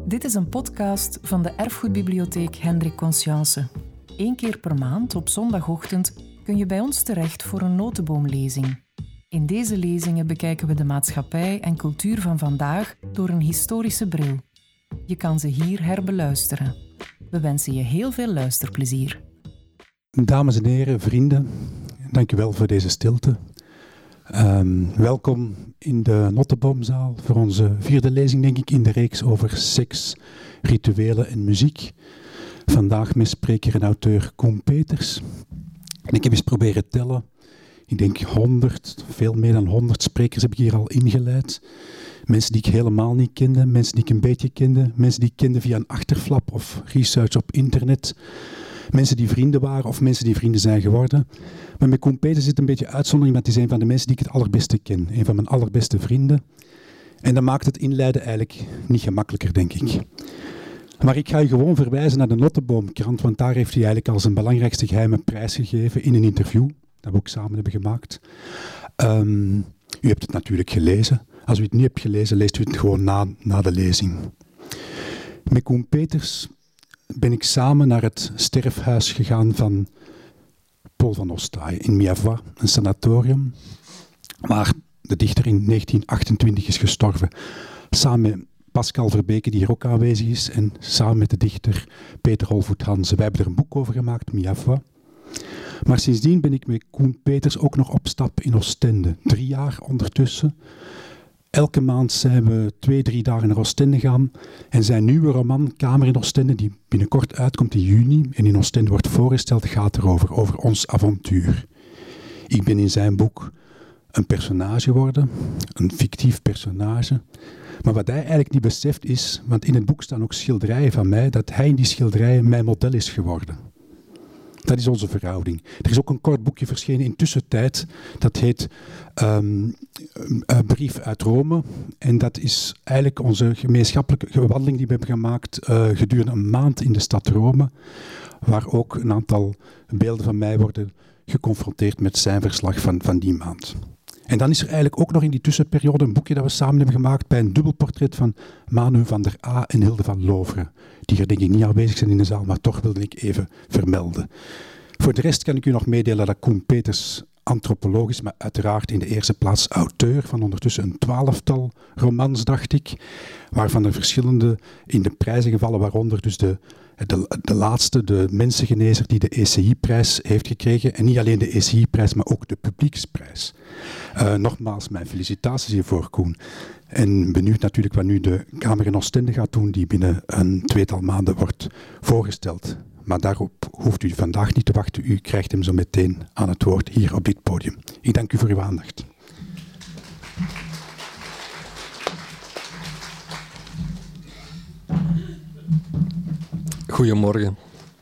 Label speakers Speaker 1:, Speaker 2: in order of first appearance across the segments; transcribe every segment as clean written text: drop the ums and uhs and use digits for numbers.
Speaker 1: Dit is een podcast van de Erfgoedbibliotheek Hendrik Conscience. 1 keer per maand op zondagochtend kun je bij ons terecht voor een notenboomlezing. In deze lezingen bekijken we de maatschappij en cultuur van vandaag door een historische bril. Je kan ze hier herbeluisteren. We wensen je heel veel luisterplezier.
Speaker 2: Dames en heren, vrienden, dank u wel voor deze stilte. Welkom in de Notteboomzaal voor onze 4e lezing, denk ik, in de reeks over seks, rituelen en muziek. Vandaag met spreker en auteur Koen Peters. En ik heb eens proberen tellen. Ik denk 100, veel meer dan 100 sprekers heb ik hier al ingeleid. Mensen die ik helemaal niet kende, mensen die ik een beetje kende, mensen die ik kende via een achterflap of research op internet. Mensen die vrienden waren of mensen die vrienden zijn geworden. Maar met Koen Peters zit een beetje uitzondering, want hij is een van de mensen die ik het allerbeste ken. Een van mijn allerbeste vrienden. En dat maakt het inleiden eigenlijk niet gemakkelijker, denk ik. Maar ik ga je gewoon verwijzen naar de Notteboomkrant, want daar heeft hij eigenlijk al zijn belangrijkste geheime prijs gegeven in een interview dat we ook samen hebben gemaakt. U hebt het natuurlijk gelezen. Als u het niet hebt gelezen, leest u het gewoon na de lezing. Met Koen Peters ben ik samen naar het sterfhuis gegaan van Paul van Ostaaij in Miavois, een sanatorium, waar de dichter in 1928 is gestorven. Samen met Pascal Verbeke, die hier ook aanwezig is, en samen met de dichter Peter Holvoet Hansen. Wij hebben er een boek over gemaakt, Miavois. Maar sindsdien ben ik met Koen Peters ook nog op stap in Oostende. 3 jaar ondertussen. Elke maand zijn we 2-3 dagen naar Oostende gaan. En zijn nieuwe roman, Kamer in Oostende, die binnenkort uitkomt in juni en in Oostende wordt voorgesteld, gaat erover, over ons avontuur. Ik ben in zijn boek een personage geworden, een fictief personage. Maar wat hij eigenlijk niet beseft is, want in het boek staan ook schilderijen van mij, dat hij in die schilderijen mijn model is geworden. Dat is onze verhouding. Er is ook een kort boekje verschenen in tussentijd. Dat heet Brief uit Rome. En dat is eigenlijk onze gemeenschappelijke wandeling die we hebben gemaakt gedurende een maand in de stad Rome. Waar ook een aantal beelden van mij worden geconfronteerd met zijn verslag van die maand. En dan is er eigenlijk ook nog in die tussenperiode een boekje dat we samen hebben gemaakt bij een dubbelportret van Manu van der A en Hilde van Loveren. Die er denk ik niet aanwezig zijn in de zaal, maar toch wilde ik even vermelden. Voor de rest kan ik u nog meedelen dat Koen Peters antropoloog is, maar uiteraard in de eerste plaats auteur van ondertussen een 12-tal romans, dacht ik, waarvan er verschillende in de prijzen gevallen, waaronder dus de laatste, de Mensengenezer, die de ECI-prijs heeft gekregen. En niet alleen de ECI-prijs, maar ook de Publieksprijs. Nogmaals, mijn felicitaties hiervoor, Koen. En benieuwd natuurlijk wat nu de Kamer in Oostende gaat doen, die binnen een 2-tal maanden wordt voorgesteld. Maar daarop hoeft u vandaag niet te wachten. U krijgt hem zo meteen aan het woord hier op dit podium. Ik dank u voor uw aandacht.
Speaker 3: Goedemorgen.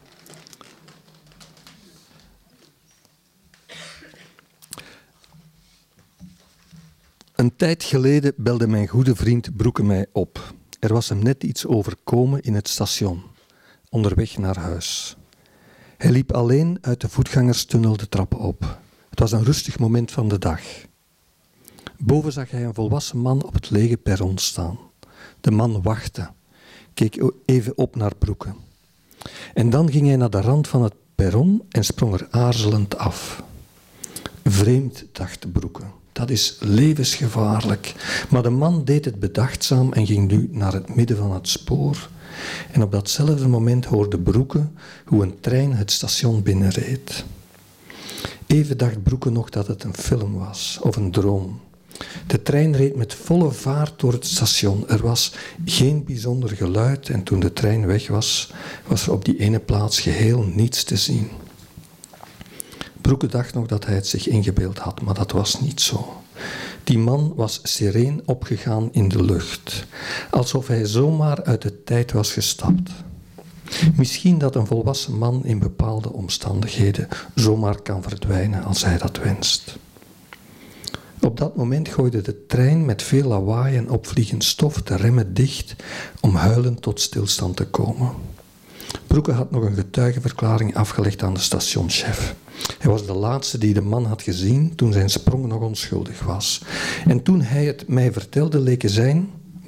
Speaker 3: Een tijd geleden belde mijn goede vriend Broeke mij op. Er was hem net iets overkomen in het station, onderweg naar huis. Hij liep alleen uit de voetgangerstunnel de trappen op. Het was een rustig moment van de dag. Boven zag hij een volwassen man op het lege perron staan. De man wachtte, keek even op naar Broeke. En dan ging hij naar de rand van het perron en sprong er aarzelend af. Vreemd, dacht Broeke. Dat is levensgevaarlijk. Maar de man deed het bedachtzaam en ging nu naar het midden van het spoor. En op datzelfde moment hoorde Broeke hoe een trein het station binnenreed. Even dacht Broeke nog dat het een film was, of een droom. De trein reed met volle vaart door het station. Er was geen bijzonder geluid en toen de trein weg was, was er op die ene plaats geheel niets te zien. Broeke dacht nog dat hij het zich ingebeeld had, maar dat was niet zo. Die man was sereen opgegaan in de lucht, alsof hij zomaar uit de tijd was gestapt. Misschien dat een volwassen man in bepaalde omstandigheden zomaar kan verdwijnen als hij dat wenst. Op dat moment gooide de trein met veel lawaai en opvliegend stof de remmen dicht om huilend tot stilstand te komen. Broeke had nog een getuigenverklaring afgelegd aan de stationschef. Hij was de laatste die de man had gezien toen zijn sprong nog onschuldig was. En toen hij het mij vertelde, leken zijn,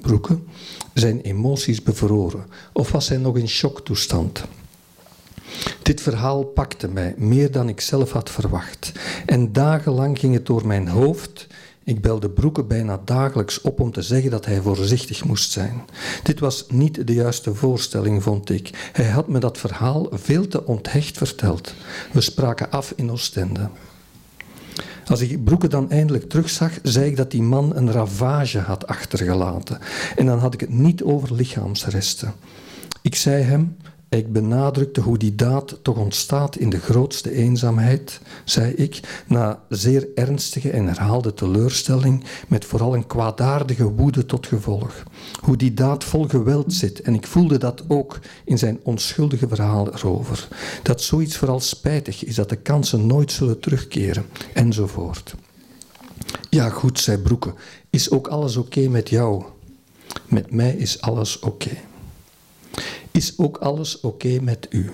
Speaker 3: Broeke zijn emoties bevroren of was hij nog in shocktoestand? Dit verhaal pakte mij meer dan ik zelf had verwacht en dagenlang ging het door mijn hoofd. Ik belde Broeke bijna dagelijks op om te zeggen dat hij voorzichtig moest zijn. Dit was niet de juiste voorstelling, vond ik. Hij had me dat verhaal veel te onthecht verteld. We spraken af in Oostende. Als ik Broeke dan eindelijk terugzag, zei ik dat die man een ravage had achtergelaten. En dan had ik het niet over lichaamsresten. Ik zei hem, ik benadrukte hoe die daad toch ontstaat in de grootste eenzaamheid, zei ik, na zeer ernstige en herhaalde teleurstelling, met vooral een kwaadaardige woede tot gevolg. Hoe die daad vol geweld zit, en ik voelde dat ook in zijn onschuldige verhaal erover. Dat zoiets vooral spijtig is, dat de kansen nooit zullen terugkeren, enzovoort. Ja, goed, zei Broeke, is ook alles oké met jou? Met mij is alles oké. Is ook alles oké met u?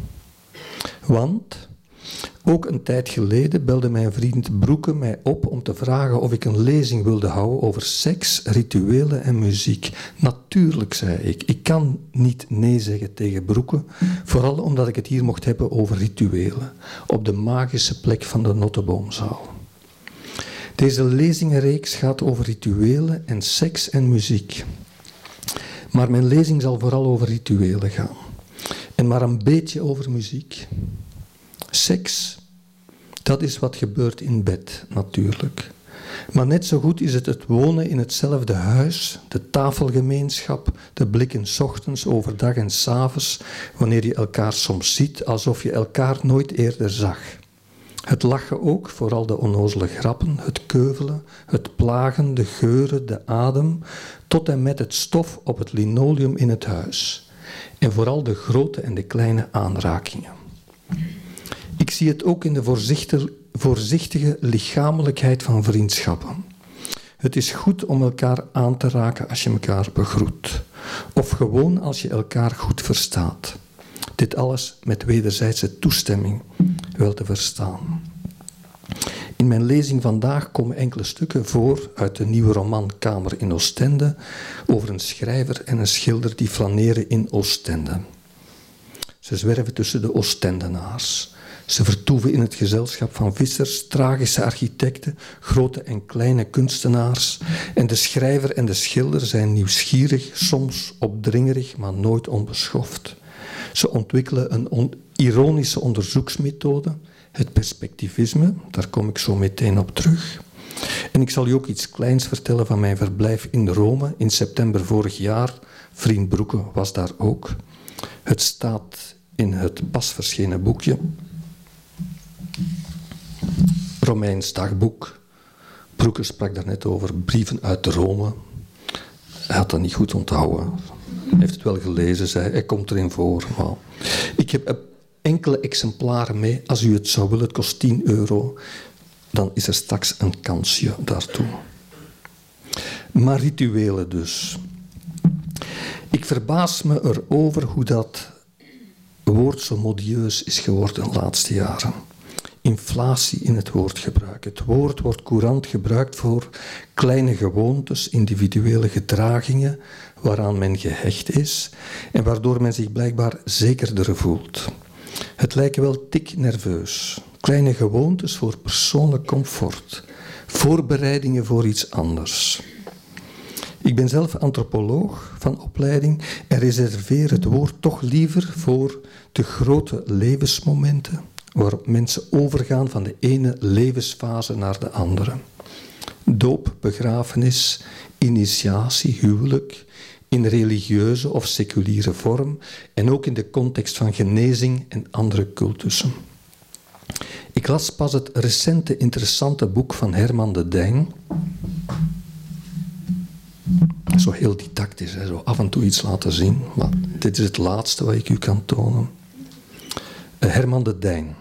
Speaker 3: Want ook een tijd geleden belde mijn vriend Broeke mij op om te vragen of ik een lezing wilde houden over seks, rituelen en muziek. Natuurlijk, zei ik. Ik kan niet nee zeggen tegen Broeke, vooral omdat ik het hier mocht hebben over rituelen, op de magische plek van de Notteboomzaal. Deze lezingenreeks gaat over rituelen en seks en muziek. Maar mijn lezing zal vooral over rituelen gaan. En maar een beetje over muziek. Seks, dat is wat gebeurt in bed, natuurlijk. Maar net zo goed is het wonen in hetzelfde huis, de tafelgemeenschap, de blikken 's ochtends, overdag en 's avonds, wanneer je elkaar soms ziet alsof je elkaar nooit eerder zag. Het lachen ook, vooral de onnozele grappen, het keuvelen, het plagen, de geuren, de adem, tot en met het stof op het linoleum in het huis. En vooral de grote en de kleine aanrakingen. Ik zie het ook in de voorzichtige lichamelijkheid van vriendschappen. Het is goed om elkaar aan te raken als je elkaar begroet. Of gewoon als je elkaar goed verstaat. Dit alles met wederzijdse toestemming wel te verstaan. In mijn lezing vandaag komen enkele stukken voor uit de nieuwe roman Kamer in Oostende over een schrijver en een schilder die flaneren in Oostende. Ze zwerven tussen de Oostendenaars. Ze vertoeven in het gezelschap van vissers, tragische architecten, grote en kleine kunstenaars. En de schrijver en de schilder zijn nieuwsgierig, soms opdringerig, maar nooit onbeschoft. Ze ontwikkelen een ironische onderzoeksmethode, het perspectivisme, daar kom ik zo meteen op terug. En ik zal u ook iets kleins vertellen van mijn verblijf in Rome in september vorig jaar. Vriend Broeke was daar ook. Het staat in het pas verschenen boekje. Romeins dagboek. Broeke sprak daarnet over brieven uit Rome. Hij had dat niet goed onthouden. Hij heeft het wel gelezen, zei hij komt erin voor. Maar ik heb enkele exemplaren mee. Als u het zou willen, het kost €10. Dan is er straks een kansje daartoe. Maar rituelen dus. Ik verbaas me erover hoe dat woord zo modieus is geworden de laatste jaren. Inflatie in het woordgebruik. Het woord wordt courant gebruikt voor kleine gewoontes, individuele gedragingen waaraan men gehecht is en waardoor men zich blijkbaar zekerder voelt. Het lijken wel tiknerveus. Kleine gewoontes voor persoonlijk comfort. Voorbereidingen voor iets anders. Ik ben zelf antropoloog van opleiding en reserveer het woord toch liever voor de grote levensmomenten waarop mensen overgaan van de ene levensfase naar de andere. Doop, begrafenis, initiatie, huwelijk, in religieuze of seculiere vorm en ook in de context van genezing en andere cultussen. Ik las pas het recente interessante boek van Herman de Dijn. Zo heel didactisch, hè? Zo af en toe iets laten zien. Maar dit is het laatste wat ik u kan tonen. Herman de Dijn.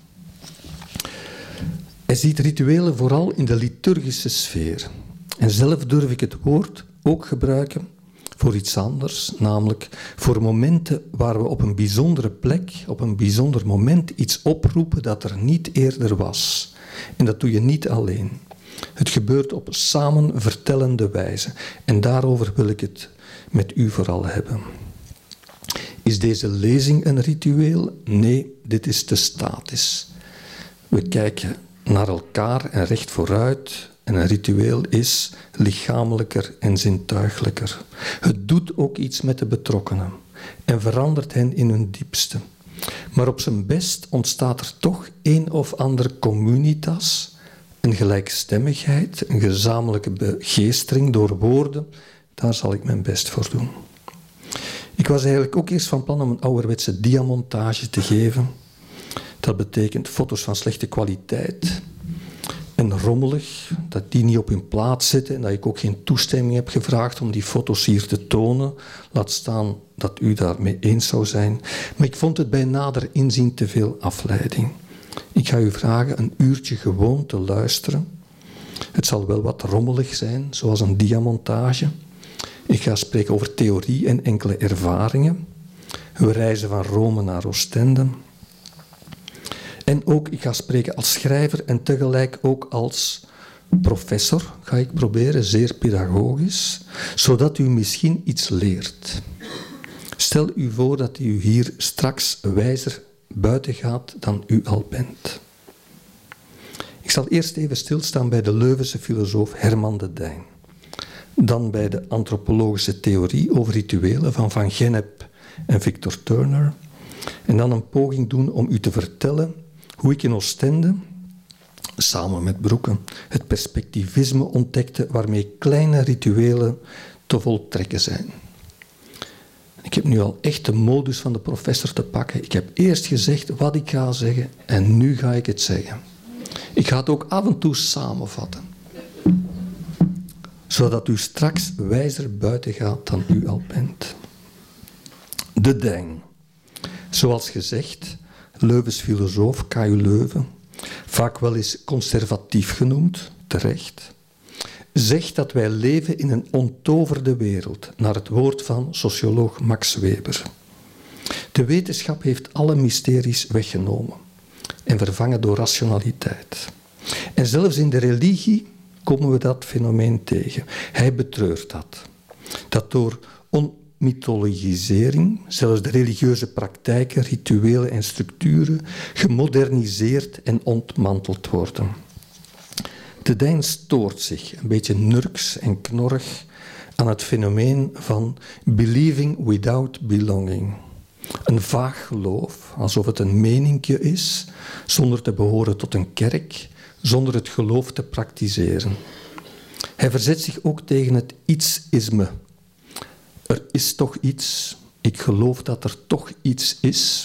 Speaker 3: Hij ziet rituelen vooral in de liturgische sfeer. En zelf durf ik het woord ook gebruiken voor iets anders, namelijk voor momenten waar we op een bijzondere plek, op een bijzonder moment iets oproepen dat er niet eerder was. En dat doe je niet alleen. Het gebeurt op samenvertellende wijze. En daarover wil ik het met u vooral hebben. Is deze lezing een ritueel? Nee, dit is te statisch. We kijken naar elkaar en recht vooruit. En een ritueel is lichamelijker en zintuigelijker. Het doet ook iets met de betrokkenen en verandert hen in hun diepste. Maar op zijn best ontstaat er toch een of andere communitas, een gelijkstemmigheid, een gezamenlijke begeestering door woorden. Daar zal ik mijn best voor doen. Ik was eigenlijk ook eerst van plan om een ouderwetse diamontage te geven. Dat betekent foto's van slechte kwaliteit en rommelig, dat die niet op hun plaats zitten en dat ik ook geen toestemming heb gevraagd om die foto's hier te tonen. Laat staan dat u daarmee eens zou zijn. Maar ik vond het bij nader inzien te veel afleiding. Ik ga u vragen een uurtje gewoon te luisteren. Het zal wel wat rommelig zijn, zoals een diamontage. Ik ga spreken over theorie en enkele ervaringen. We reizen van Rome naar Oostende. En ook, ik ga spreken als schrijver en tegelijk ook als professor, ga ik proberen, zeer pedagogisch, zodat u misschien iets leert. Stel u voor dat u hier straks wijzer buiten gaat dan u al bent. Ik zal eerst even stilstaan bij de Leuvense filosoof Herman de Dijn. Dan bij de antropologische theorie over rituelen van Van Gennep en Victor Turner. En dan een poging doen om u te vertellen hoe ik in Oostende, samen met Broeke, het perspectivisme ontdekte waarmee kleine rituelen te voltrekken zijn. Ik heb nu al echt de modus van de professor te pakken. Ik heb eerst gezegd wat ik ga zeggen en nu ga ik het zeggen. Ik ga het ook af en toe samenvatten, zodat u straks wijzer buiten gaat dan u al bent. De Dijn. Zoals gezegd, Leuvens filosoof K.U. Leuven, vaak wel eens conservatief genoemd, terecht, zegt dat wij leven in een onttoverde wereld, naar het woord van socioloog Max Weber. De wetenschap heeft alle mysteries weggenomen en vervangen door rationaliteit. En zelfs in de religie komen we dat fenomeen tegen. Hij betreurt dat. Dat door mythologisering, zelfs de religieuze praktijken, rituelen en structuren gemoderniseerd en ontmanteld worden. De Dijn stoort zich, een beetje nurks en knorrig, aan het fenomeen van believing without belonging. Een vaag geloof, alsof het een meninkje is, zonder te behoren tot een kerk, zonder het geloof te praktiseren. Hij verzet zich ook tegen het iets-isme. Er is toch iets, ik geloof dat er toch iets is.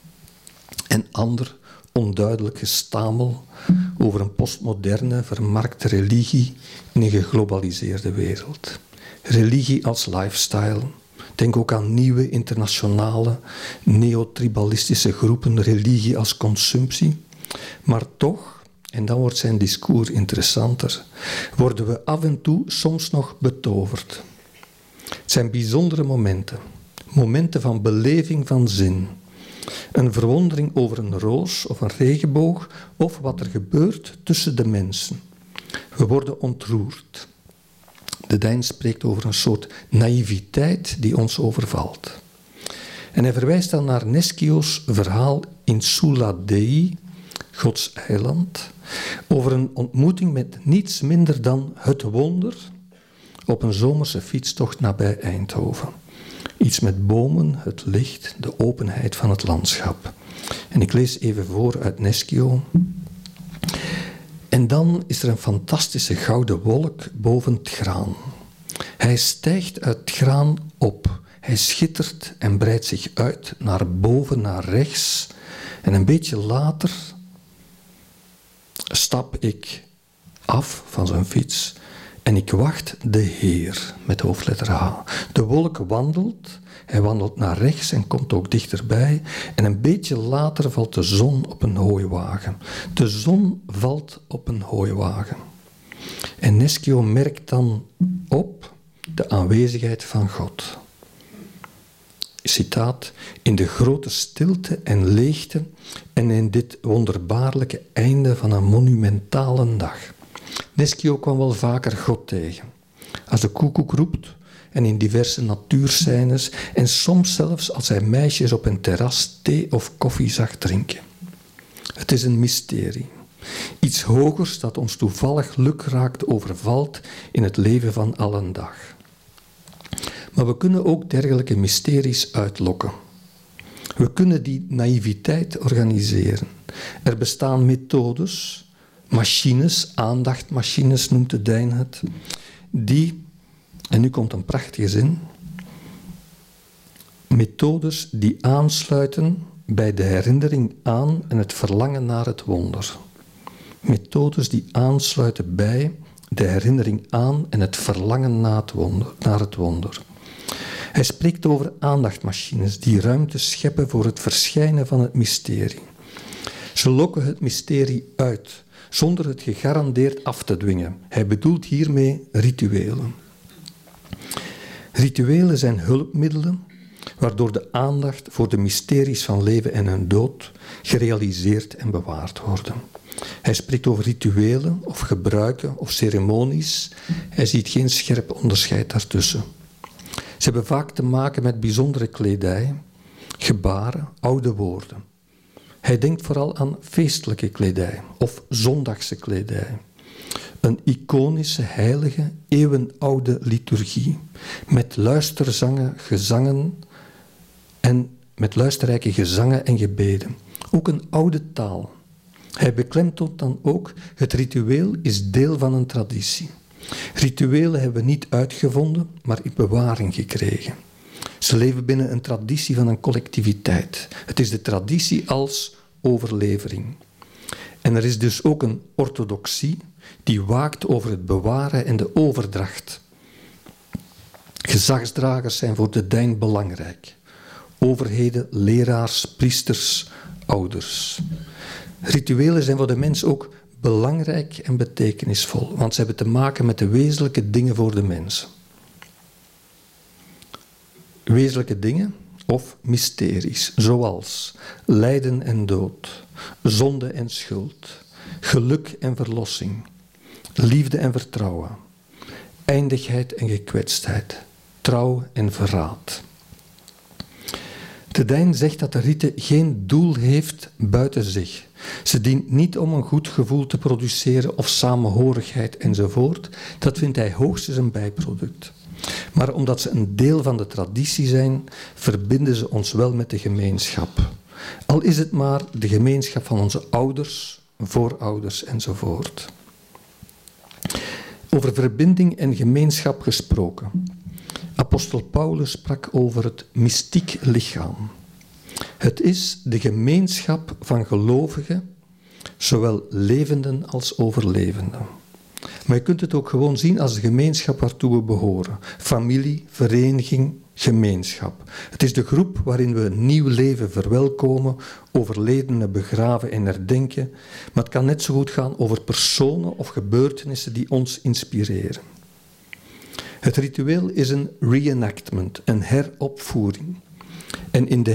Speaker 3: En ander onduidelijk gestamel over een postmoderne, vermarkte religie in een geglobaliseerde wereld. Religie als lifestyle. Denk ook aan nieuwe internationale neotribalistische groepen, religie als consumptie. Maar toch, en dan wordt zijn discours interessanter, worden we af en toe soms nog betoverd. Het zijn bijzondere momenten, momenten van beleving van zin. Een verwondering over een roos of een regenboog of wat er gebeurt tussen de mensen. We worden ontroerd. De Dijn spreekt over een soort naïviteit die ons overvalt. En hij verwijst dan naar Neschio's verhaal in Sula Dei, Gods eiland, over een ontmoeting met niets minder dan het wonder op een zomerse fietstocht nabij Eindhoven. Iets met bomen, het licht, de openheid van het landschap. En ik lees even voor uit Neschio. En dan is er een fantastische gouden wolk boven het graan. Hij stijgt uit het graan op. Hij schittert en breidt zich uit naar boven, naar rechts. En een beetje later stap ik af van zijn fiets en ik wacht de Heer, met hoofdletter H. De wolk wandelt, hij wandelt naar rechts en komt ook dichterbij. En een beetje later valt de zon op een hooiwagen. De zon valt op een hooiwagen. En Neschio merkt dan op de aanwezigheid van God. Citaat, in de grote stilte en leegte en in dit wonderbaarlijke einde van een monumentale dag. Neschio kwam wel vaker God tegen. Als de koekoek roept en in diverse natuurscènes en soms zelfs als hij meisjes op een terras thee of koffie zag drinken. Het is een mysterie. Iets hogers dat ons toevallig lukraakt overvalt in het leven van allendag. Maar we kunnen ook dergelijke mysteries uitlokken. We kunnen die naïviteit organiseren. Er bestaan methodes, machines, aandachtmachines noemt de Dijn het, die, en nu komt een prachtige zin, methodes die aansluiten bij de herinnering aan en het verlangen naar het wonder. Methodes die aansluiten bij de herinnering aan en het verlangen naar het wonder. Hij spreekt over aandachtmachines die ruimte scheppen voor het verschijnen van het mysterie. Ze lokken het mysterie uit, zonder het gegarandeerd af te dwingen. Hij bedoelt hiermee rituelen. Rituelen zijn hulpmiddelen waardoor de aandacht voor de mysteries van leven en hun dood gerealiseerd en bewaard worden. Hij spreekt over rituelen of gebruiken of ceremonies. Hij ziet geen scherp onderscheid daartussen. Ze hebben vaak te maken met bijzondere kledij, gebaren, oude woorden. Hij denkt vooral aan feestelijke kledij of zondagse kledij. Een iconische, heilige, eeuwenoude liturgie met luisterzangen, gezangen en met luisterrijke gezangen en gebeden. Ook een oude taal. Hij beklemtoont dan ook, het ritueel is deel van een traditie. Rituelen hebben we niet uitgevonden, maar in bewaring gekregen. Ze leven binnen een traditie van een collectiviteit. Het is de traditie als overlevering. En er is dus ook een orthodoxie die waakt over het bewaren en de overdracht. Gezagsdragers zijn voor de Dijn belangrijk. Overheden, leraars, priesters, ouders. Rituelen zijn voor de mens ook belangrijk en betekenisvol, want ze hebben te maken met de wezenlijke dingen voor de mensen. Wezenlijke dingen of mysteries, zoals lijden en dood, zonde en schuld, geluk en verlossing, liefde en vertrouwen, eindigheid en gekwetstheid, trouw en verraad. De Dijn zegt dat de rite geen doel heeft buiten zich. Ze dient niet om een goed gevoel te produceren of samenhorigheid enzovoort. Dat vindt hij hoogstens een bijproduct. Maar omdat ze een deel van de traditie zijn, verbinden ze ons wel met de gemeenschap. Al is het maar de gemeenschap van onze ouders, voorouders enzovoort. Over verbinding en gemeenschap gesproken. Apostel Paulus sprak over het mystiek lichaam. Het is de gemeenschap van gelovigen, zowel levenden als overlevenden. Maar je kunt het ook gewoon zien als de gemeenschap waartoe we behoren. Familie, vereniging, gemeenschap. Het is de groep waarin we een nieuw leven verwelkomen, overledenen begraven en herdenken. Maar het kan net zo goed gaan over personen of gebeurtenissen die ons inspireren. Het ritueel is een reenactment, een heropvoering. En in de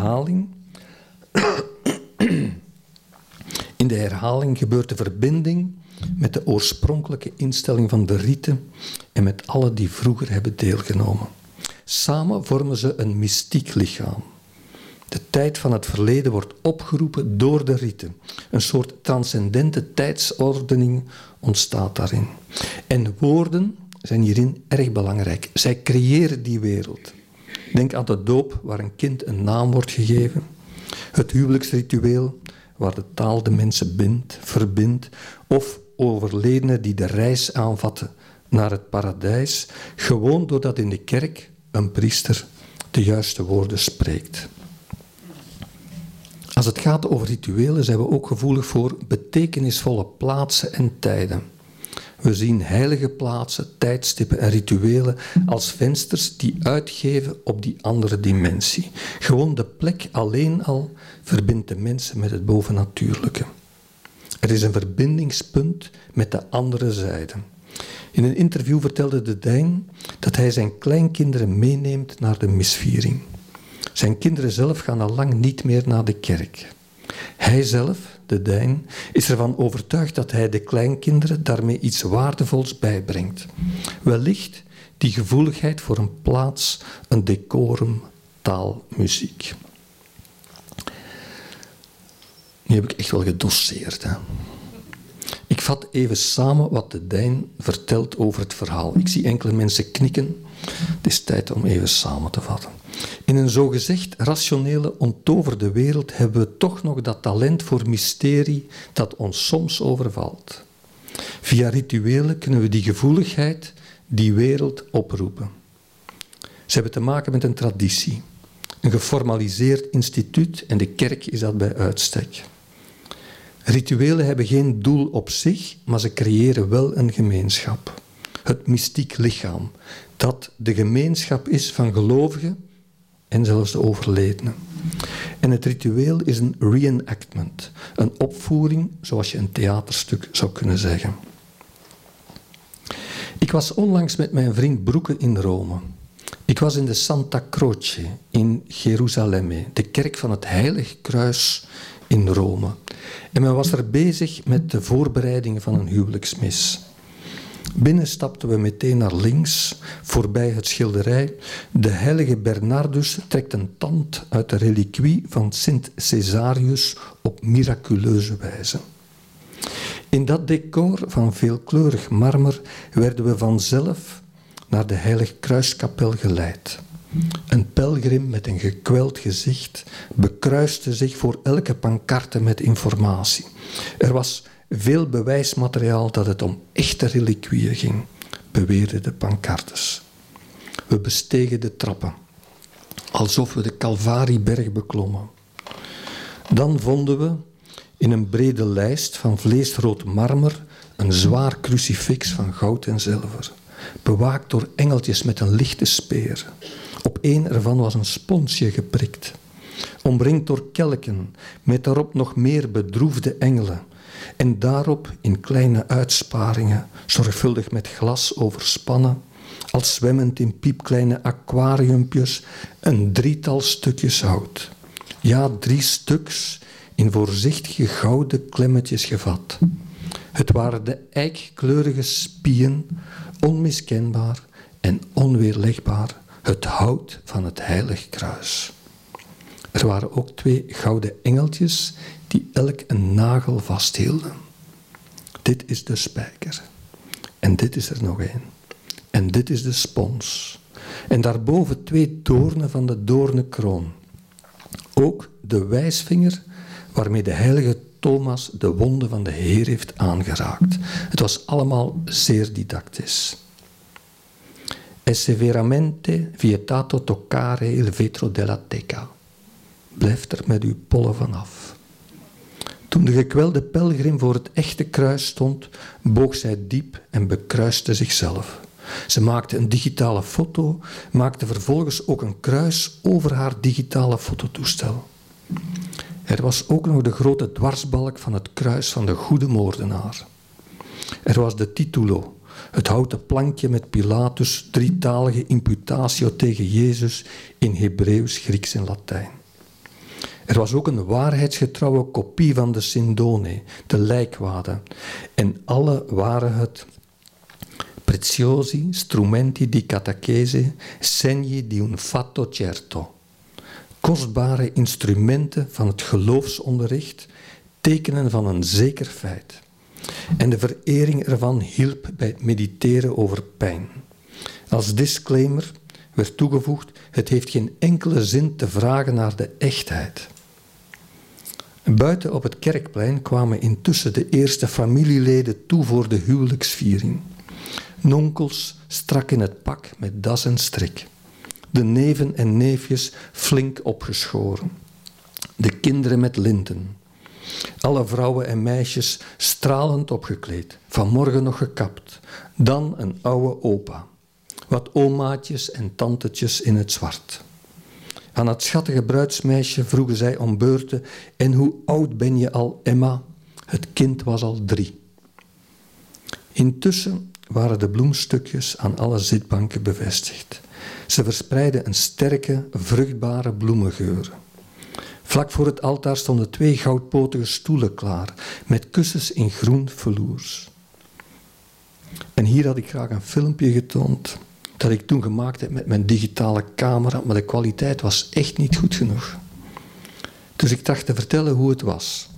Speaker 3: herhaling gebeurt de verbinding met de oorspronkelijke instelling van de rite en met alle die vroeger hebben deelgenomen. Samen vormen ze een mystiek lichaam. De tijd van het verleden wordt opgeroepen door de rite. Een soort transcendente tijdsordening ontstaat daarin. En woorden zijn hierin erg belangrijk. Zij creëren die wereld. Denk aan de doop, waar een kind een naam wordt gegeven. Het huwelijksritueel, waar de taal de mensen bindt, verbindt. Of overledenen die de reis aanvatten naar het paradijs, gewoon doordat in de kerk een priester de juiste woorden spreekt. Als het gaat over rituelen zijn we ook gevoelig voor betekenisvolle plaatsen en tijden. We zien heilige plaatsen, tijdstippen en rituelen als vensters die uitgeven op die andere dimensie. Gewoon de plek alleen al verbindt de mensen met het bovennatuurlijke. Er is een verbindingspunt met de andere zijde. In een interview vertelde de Dijn dat hij zijn kleinkinderen meeneemt naar de misviering. Zijn kinderen zelf gaan al lang niet meer naar de kerk. Hij zelf, de Dijn, is ervan overtuigd dat hij de kleinkinderen daarmee iets waardevols bijbrengt. Wellicht die gevoeligheid voor een plaats, een decorum, taal, muziek. Nu heb ik echt wel gedoseerd. Hè? Ik vat even samen wat de Dijn vertelt over het verhaal. Ik zie enkele mensen knikken. Het is tijd om even samen te vatten. In een zogezegd rationele, onttoverde wereld hebben we toch nog dat talent voor mysterie dat ons soms overvalt. Via rituelen kunnen we die gevoeligheid, die wereld oproepen. Ze hebben te maken met een traditie, een geformaliseerd instituut en de kerk is dat bij uitstek. Rituelen hebben geen doel op zich, maar ze creëren wel een gemeenschap. Het mystiek lichaam, dat de gemeenschap is van gelovigen en zelfs de overledenen. En het ritueel is een reenactment, een opvoering zoals je een theaterstuk zou kunnen zeggen. Ik was onlangs met mijn vriend Broeke in Rome. Ik was in de Santa Croce in Gerusalemme, de kerk van het Heilig Kruis in Rome. En men was er bezig met de voorbereidingen van een huwelijksmis. Binnen stapten we meteen naar links, voorbij het schilderij. De heilige Bernardus trekt een tand uit de reliquie van Sint Caesarius op miraculeuze wijze. In dat decor van veelkleurig marmer werden we vanzelf naar de Heilig Kruiskapel geleid. Een pelgrim met een gekweld gezicht bekruiste zich voor elke pancarte met informatie. Er was veel bewijsmateriaal dat het om echte reliquieën ging, beweerden de pancartes. We bestegen de trappen, alsof we de Calvarieberg beklommen. Dan vonden we in een brede lijst van vleesrood marmer een zwaar crucifix van goud en zilver, bewaakt door engeltjes met een lichte speer. Op één ervan was een sponsje geprikt, omringd door kelken, met daarop nog meer bedroefde engelen, en daarop in kleine uitsparingen, zorgvuldig met glas overspannen, als zwemmend in piepkleine aquariumpjes, een drietal stukjes hout. Ja, 3 stuks in voorzichtige gouden klemmetjes gevat. Het waren de eikkleurige spieën, onmiskenbaar en onweerlegbaar, het hout van het Heilig Kruis. Er waren ook 2 gouden engeltjes die elk een nagel vasthielden. Dit is de spijker. En dit is er nog 1. En dit is de spons. En daarboven 2 doornen van de doornenkroon. Ook de wijsvinger waarmee de heilige Thomas de wonden van de Heer heeft aangeraakt. Het was allemaal zeer didactisch. È severamente vietato toccare il vetro della teca. Blijf er met uw pollen vanaf. Toen de gekwelde pelgrim voor het echte kruis stond, boog zij diep en bekruiste zichzelf. Ze maakte een digitale foto, maakte vervolgens ook een kruis over haar digitale fototoestel. Er was ook nog de grote dwarsbalk van het kruis van de goede moordenaar. Er was de titulo, het houten plankje met Pilatus' 3-talige imputatio tegen Jezus in Hebreeuws, Grieks en Latijn. Er was ook een waarheidsgetrouwe kopie van de Sindone, de lijkwade. En alle waren het preziosi strumenti di catachese, segni di un fatto certo. Kostbare instrumenten van het geloofsonderricht, tekenen van een zeker feit. En de verering ervan hielp bij het mediteren over pijn. Als disclaimer werd toegevoegd: het heeft geen enkele zin te vragen naar de echtheid. Buiten op het kerkplein kwamen intussen de eerste familieleden toe voor de huwelijksviering. Nonkels strak in het pak met das en strik. De neven en neefjes flink opgeschoren. De kinderen met linten. Alle vrouwen en meisjes stralend opgekleed, vanmorgen nog gekapt. Dan een oude opa. Wat omaatjes en tantetjes in het zwart. Aan het schattige bruidsmeisje vroegen zij om beurten: en hoe oud ben je al, Emma? Het kind was al 3. Intussen waren de bloemstukjes aan alle zitbanken bevestigd. Ze verspreidden een sterke, vruchtbare bloemengeur. Vlak voor het altaar stonden 2 goudpotige stoelen klaar, met kussens in groen velours. En hier had ik graag een filmpje getoond dat ik toen gemaakt heb met mijn digitale camera, maar de kwaliteit was echt niet goed genoeg. Dus ik dacht te vertellen hoe het was.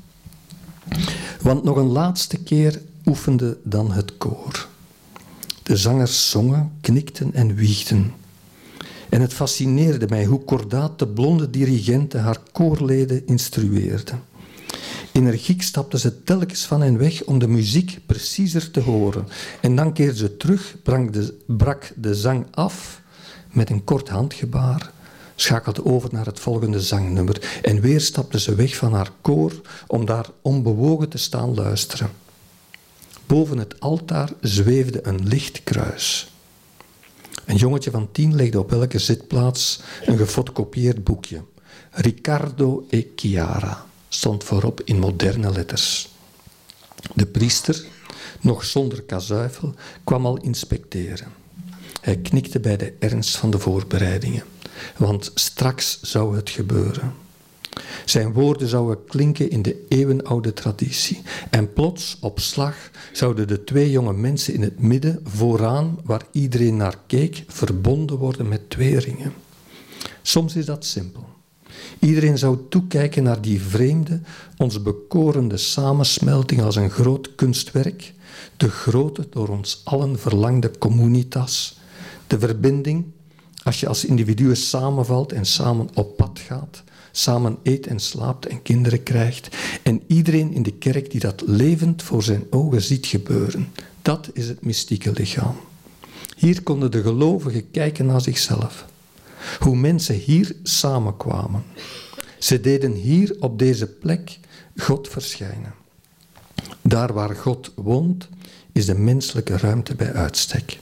Speaker 3: Want nog een laatste keer oefende dan het koor. De zangers zongen, knikten en wiegden. En het fascineerde mij hoe kordaat de blonde dirigente haar koorleden instrueerde. Energiek stapte ze telkens van hen weg om de muziek preciezer te horen. En dan keerde ze terug, brak de zang af met een kort handgebaar, schakelde over naar het volgende zangnummer. En weer stapte ze weg van haar koor om daar onbewogen te staan luisteren. Boven het altaar zweefde een licht kruis. Een jongetje van 10 legde op elke zitplaats een gefotocopieerd boekje. Riccardo e Chiara stond voorop in moderne letters. De priester, nog zonder kazuifel, kwam al inspecteren. Hij knikte bij de ernst van de voorbereidingen, want straks zou het gebeuren. Zijn woorden zouden klinken in de eeuwenoude traditie. En plots, op slag, zouden de 2 jonge mensen in het midden, vooraan, waar iedereen naar keek, verbonden worden met 2 ringen. Soms is dat simpel. Iedereen zou toekijken naar die vreemde, ons bekorende samensmelting als een groot kunstwerk, de grote, door ons allen verlangde communitas, de verbinding, als je als individuen samenvalt en samen op pad gaat, samen eet en slaapt en kinderen krijgt, en iedereen in de kerk die dat levend voor zijn ogen ziet gebeuren. Dat is het mystieke lichaam. Hier konden de gelovigen kijken naar zichzelf. Hoe mensen hier samenkwamen. Ze deden hier op deze plek God verschijnen. Daar waar God woont, is de menselijke ruimte bij uitstek.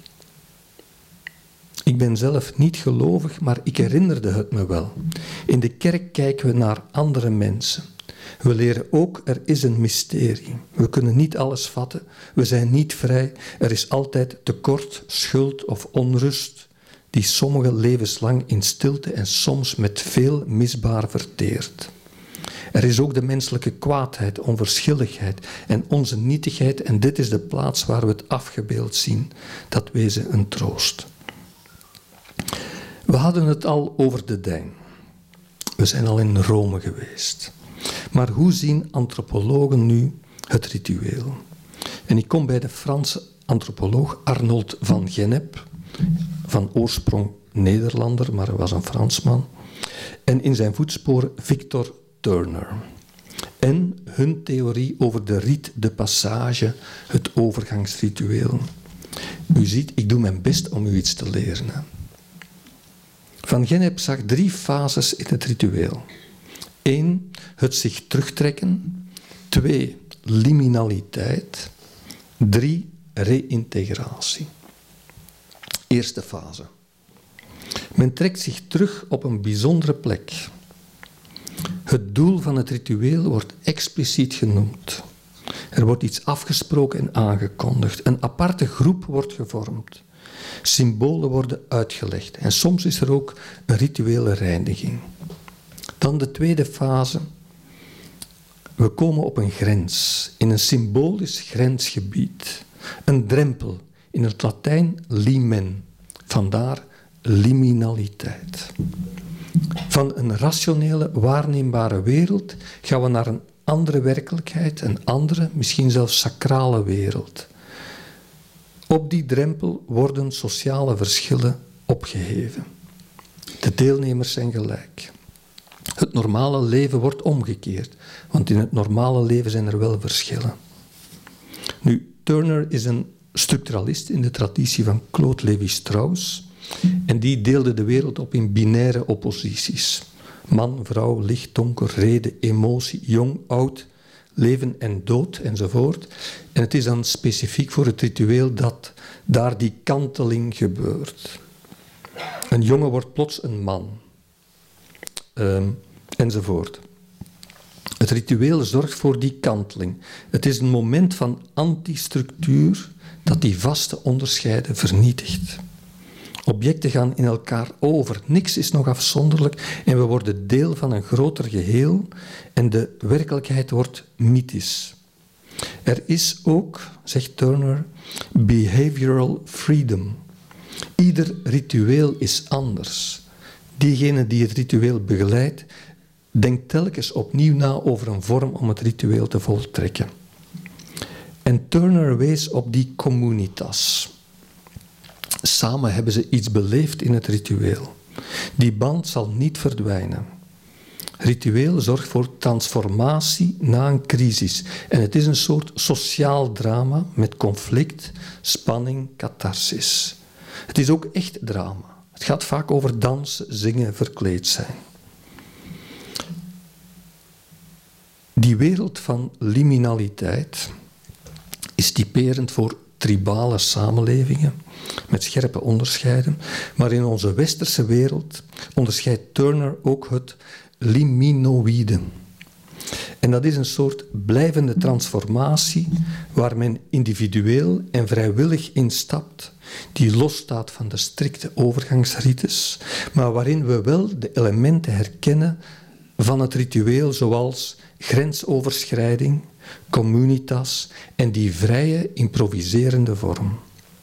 Speaker 3: Ik ben zelf niet gelovig, maar ik herinnerde het me wel. In de kerk kijken we naar andere mensen. We leren ook, er is een mysterie. We kunnen niet alles vatten, we zijn niet vrij. Er is altijd tekort, schuld of onrust, die sommigen levenslang in stilte en soms met veel misbaar verteert. Er is ook de menselijke kwaadheid, onverschilligheid en onze nietigheid, en dit is de plaats waar we het afgebeeld zien. Dat wezen een troost. We hadden het al over de Dijn. We zijn al in Rome geweest. Maar hoe zien antropologen nu het ritueel? En ik kom bij de Franse antropoloog Arnold van Gennep, van oorsprong Nederlander, maar hij was een Fransman. En in zijn voetspoor Victor Turner. En hun theorie over de rite de passage, het overgangsritueel. U ziet, ik doe mijn best om u iets te leren. Hè. Van Gennep zag 3 fases in het ritueel. 1, het zich terugtrekken. 2, liminaliteit. 3, reïntegratie. Eerste fase. Men trekt zich terug op een bijzondere plek. Het doel van het ritueel wordt expliciet genoemd. Er wordt iets afgesproken en aangekondigd. Een aparte groep wordt gevormd. Symbolen worden uitgelegd. En soms is er ook een rituele reiniging. Dan de tweede fase. We komen op een grens, in een symbolisch grensgebied. Een drempel, in het Latijn limen. Vandaar liminaliteit. Van een rationele, waarneembare wereld gaan we naar een andere werkelijkheid, een andere, misschien zelfs sacrale wereld. Op die drempel worden sociale verschillen opgeheven. De deelnemers zijn gelijk. Het normale leven wordt omgekeerd, want in het normale leven zijn er wel verschillen. Nu, Turner is een structuralist in de traditie van Claude Lévi-Strauss en die deelde de wereld op in binaire opposities. Man, vrouw, licht, donker, reden, emotie, jong, oud, leven en dood enzovoort. En het is dan specifiek voor het ritueel dat daar die kanteling gebeurt. Een jongen wordt plots een man. Enzovoort. Het ritueel zorgt voor die kanteling. Het is een moment van antistructuur dat die vaste onderscheiden vernietigt. Objecten gaan in elkaar over. Niks is nog afzonderlijk en we worden deel van een groter geheel en de werkelijkheid wordt mythisch. Er is ook, zegt Turner, behavioral freedom. Ieder ritueel is anders. Diegene die het ritueel begeleidt, denkt telkens opnieuw na over een vorm om het ritueel te voltrekken. En Turner wees op die communitas. Samen hebben ze iets beleefd in het ritueel. Die band zal niet verdwijnen. Ritueel zorgt voor transformatie na een crisis. En het is een soort sociaal drama met conflict, spanning, catharsis. Het is ook echt drama. Het gaat vaak over dansen, zingen, verkleed zijn. Die wereld van liminaliteit is typerend voor tribale samenlevingen met scherpe onderscheiden. Maar in onze westerse wereld onderscheidt Turner ook het liminoïde. En dat is een soort blijvende transformatie waar men individueel en vrijwillig instapt, die losstaat van de strikte overgangsrites, maar waarin we wel de elementen herkennen van het ritueel, zoals grensoverschrijding, communitas en die vrije, improviserende vorm.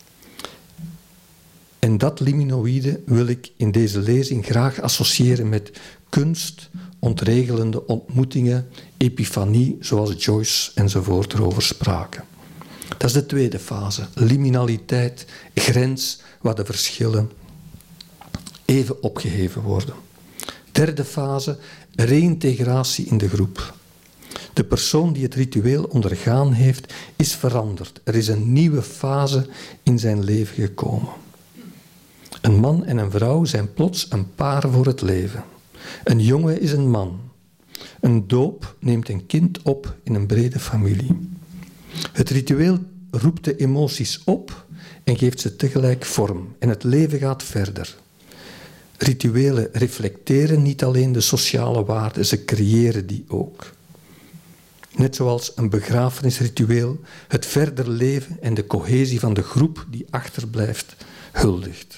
Speaker 3: En dat liminoïde wil ik in deze lezing graag associëren met kunst, ontregelende ontmoetingen, epifanie, zoals Joyce enzovoort erover spraken. Dat is de tweede fase, liminaliteit, grens, waar de verschillen even opgeheven worden. Derde fase, reïntegratie in de groep. De persoon die het ritueel ondergaan heeft, is veranderd. Er is een nieuwe fase in zijn leven gekomen. Een man en een vrouw zijn plots een paar voor het leven. Een jongen is een man. Een doop neemt een kind op in een brede familie. Het ritueel roept de emoties op en geeft ze tegelijk vorm. En het leven gaat verder. Rituelen reflecteren niet alleen de sociale waarden, ze creëren die ook. Net zoals een begrafenisritueel het verder leven en de cohesie van de groep die achterblijft huldigt.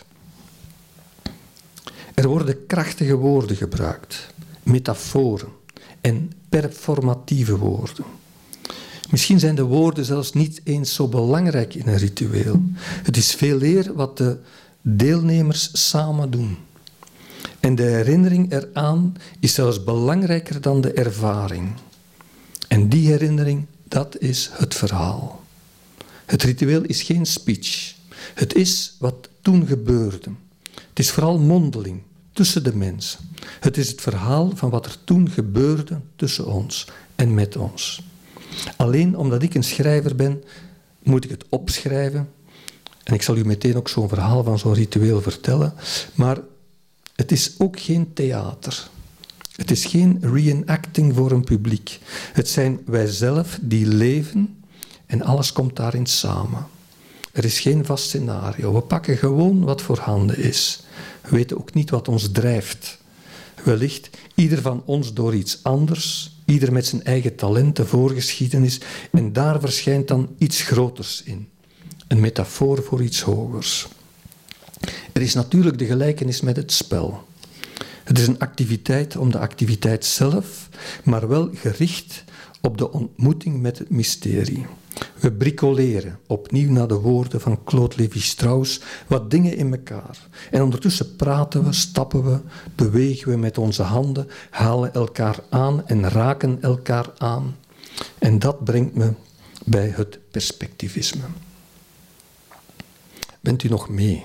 Speaker 3: Er worden krachtige woorden gebruikt, metaforen en performatieve woorden. Misschien zijn de woorden zelfs niet eens zo belangrijk in een ritueel. Het is veel eer wat de deelnemers samen doen. En de herinnering eraan is zelfs belangrijker dan de ervaring. En die herinnering, dat is het verhaal. Het ritueel is geen speech. Het is wat toen gebeurde. Het is vooral mondeling, tussen de mensen. Het is het verhaal van wat er toen gebeurde tussen ons en met ons. Alleen omdat ik een schrijver ben, moet ik het opschrijven. En ik zal u meteen ook zo'n verhaal van zo'n ritueel vertellen. Maar het is ook geen theater. Het is geen reenacting voor een publiek. Het zijn wijzelf die leven en alles komt daarin samen. Er is geen vast scenario. We pakken gewoon wat voorhanden is. We weten ook niet wat ons drijft. Wellicht ieder van ons door iets anders, ieder met zijn eigen talenten, voorgeschiedenis, en daar verschijnt dan iets groters in. Een metafoor voor iets hogers. Er is natuurlijk de gelijkenis met het spel. Het is een activiteit om de activiteit zelf, maar wel gericht op de ontmoeting met het mysterie. We bricoleren, opnieuw naar de woorden van Claude Lévi-Strauss, wat dingen in elkaar. En ondertussen praten we, stappen we, bewegen we met onze handen, halen elkaar aan en raken elkaar aan. En dat brengt me bij het perspectivisme. Bent u nog mee?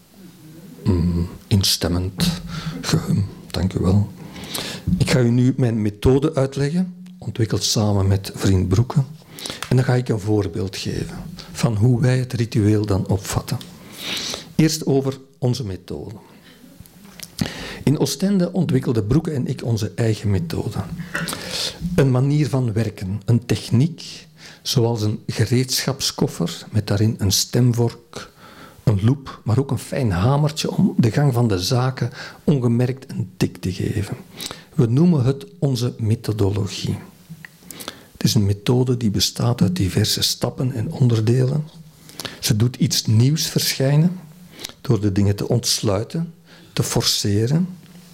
Speaker 3: Instemmend gehum, dank u wel. Ik ga u nu mijn methode uitleggen, ontwikkeld samen met vriend Broeke. En dan ga ik een voorbeeld geven van hoe wij het ritueel dan opvatten. Eerst over onze methode. In Oostende ontwikkelden Broeke en ik onze eigen methode. Een manier van werken, een techniek, zoals een gereedschapskoffer met daarin een stemvork, een loep, maar ook een fijn hamertje om de gang van de zaken ongemerkt een tik te geven. We noemen het onze methodologie. Het is een methode die bestaat uit diverse stappen en onderdelen. Ze doet iets nieuws verschijnen door de dingen te ontsluiten, te forceren.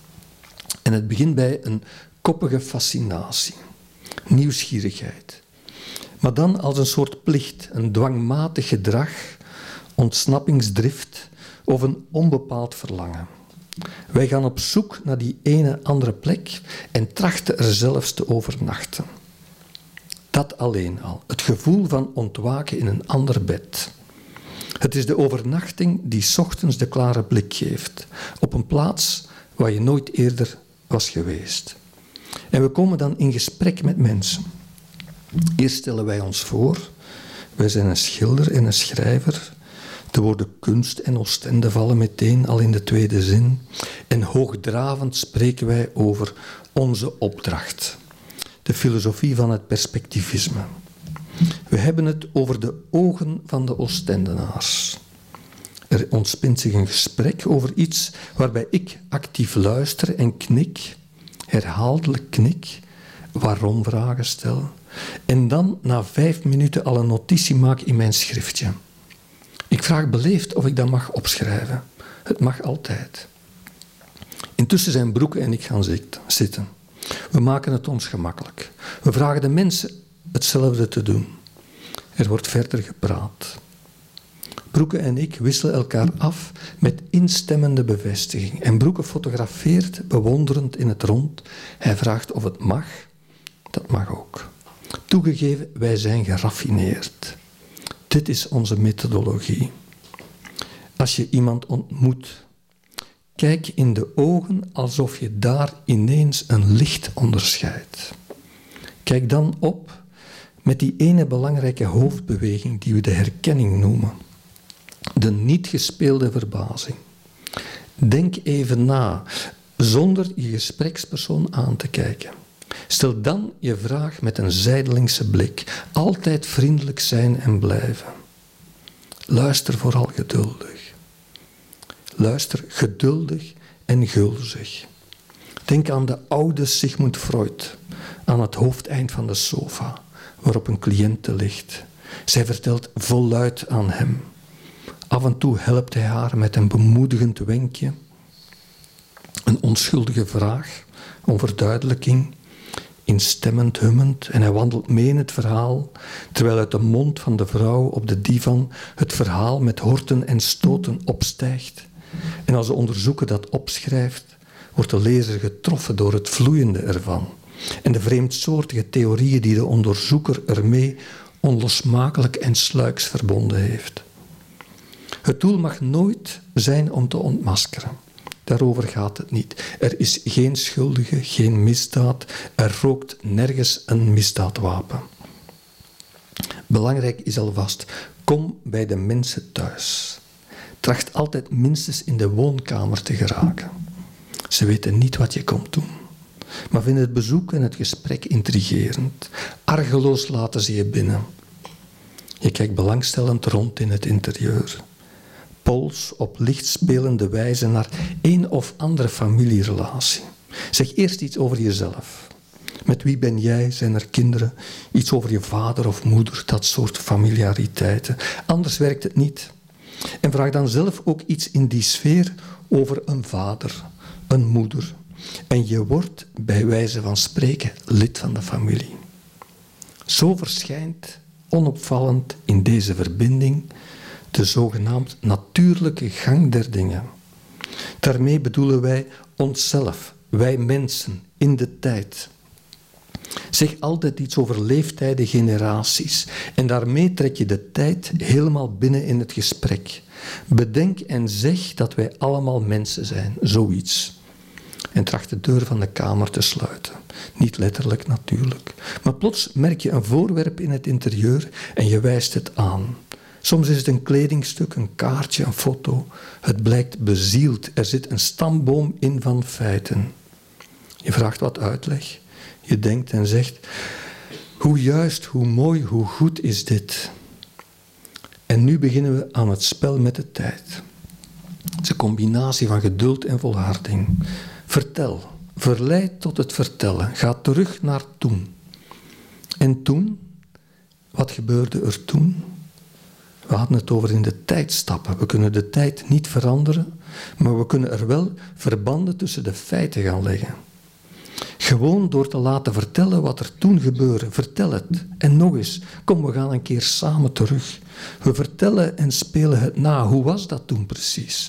Speaker 3: En het begint bij een koppige fascinatie, nieuwsgierigheid. Maar dan als een soort plicht, een dwangmatig gedrag, ontsnappingsdrift of een onbepaald verlangen. Wij gaan op zoek naar die ene andere plek en trachten er zelfs te overnachten. Dat alleen al, het gevoel van ontwaken in een ander bed. Het is de overnachting die 's ochtends de klare blik geeft, op een plaats waar je nooit eerder was geweest. En we komen dan in gesprek met mensen. Eerst stellen wij ons voor, wij zijn een schilder en een schrijver. De woorden kunst en Oostende vallen meteen al in de tweede zin. En hoogdravend spreken wij over onze opdracht. De filosofie van het perspectivisme. We hebben het over de ogen van de Oostendenaars. Er ontspint zich een gesprek over iets waarbij ik actief luister en knik, herhaaldelijk knik, waarom vragen stel, en dan na 5 minuten al een notitie maak in mijn schriftje. Ik vraag beleefd of ik dat mag opschrijven. Het mag altijd. Intussen zijn Broeke en ik gaan zitten. We maken het ons gemakkelijk. We vragen de mensen hetzelfde te doen. Er wordt verder gepraat. Broeke en ik wisselen elkaar af met instemmende bevestiging. En Broeke fotografeert bewonderend in het rond. Hij vraagt of het mag. Dat mag ook. Toegegeven, wij zijn geraffineerd. Dit is onze methodologie. Als je iemand ontmoet, kijk in de ogen alsof je daar ineens een licht onderscheidt. Kijk dan op met die ene belangrijke hoofdbeweging die we de herkenning noemen. De niet gespeelde verbazing. Denk even na, zonder je gesprekspersoon aan te kijken. Stel dan je vraag met een zijdelingse blik. Altijd vriendelijk zijn en blijven. Luister vooral geduldig. Luister geduldig en gulzig. Denk aan de oude Sigmund Freud, aan het hoofdeind van de sofa, waarop een cliënte ligt. Zij vertelt voluit aan hem. Af en toe helpt hij haar met een bemoedigend wenkje, een onschuldige vraag om verduidelijking, instemmend hummend, en hij wandelt mee in het verhaal, terwijl uit de mond van de vrouw op de divan het verhaal met horten en stoten opstijgt. En als de onderzoeker dat opschrijft, wordt de lezer getroffen door het vloeiende ervan en de vreemdsoortige theorieën die de onderzoeker ermee onlosmakelijk en sluiks verbonden heeft. Het doel mag nooit zijn om te ontmaskeren. Daarover gaat het niet. Er is geen schuldige, geen misdaad. Er rookt nergens een misdaadwapen. Belangrijk is alvast, kom bij de mensen thuis. Tracht altijd minstens in de woonkamer te geraken. Ze weten niet wat je komt doen, maar vinden het bezoek en het gesprek intrigerend. Argeloos laten ze je binnen. Je kijkt belangstellend rond in het interieur. Pols op lichtspelende wijze naar een of andere familierelatie. Zeg eerst iets over jezelf. Met wie ben jij? Zijn er kinderen? Iets over je vader of moeder, dat soort familiariteiten. Anders werkt het niet. En vraag dan zelf ook iets in die sfeer over een vader, een moeder. En je wordt bij wijze van spreken lid van de familie. Zo verschijnt onopvallend in deze verbinding de zogenaamd natuurlijke gang der dingen. Daarmee bedoelen wij onszelf, wij mensen, in de tijd. Zeg altijd iets over leeftijden, generaties. En daarmee trek je de tijd helemaal binnen in het gesprek. Bedenk en zeg dat wij allemaal mensen zijn, zoiets. En tracht de deur van de kamer te sluiten. Niet letterlijk natuurlijk. Maar plots merk je een voorwerp in het interieur en je wijst het aan. Soms is het een kledingstuk, een kaartje, een foto. Het blijkt bezield. Er zit een stamboom in van feiten. Je vraagt wat uitleg. Je denkt en zegt, hoe juist, hoe mooi, hoe goed is dit? En nu beginnen we aan het spel met de tijd. Het is een combinatie van geduld en volharding. Vertel, verleid tot het vertellen. Ga terug naar toen. En toen? Wat gebeurde er toen? We hadden het over in de tijd stappen. We kunnen de tijd niet veranderen, maar we kunnen er wel verbanden tussen de feiten gaan leggen. Gewoon door te laten vertellen wat er toen gebeurde. Vertel het. En nog eens, kom, we gaan een keer samen terug. We vertellen en spelen het na. Hoe was dat toen precies?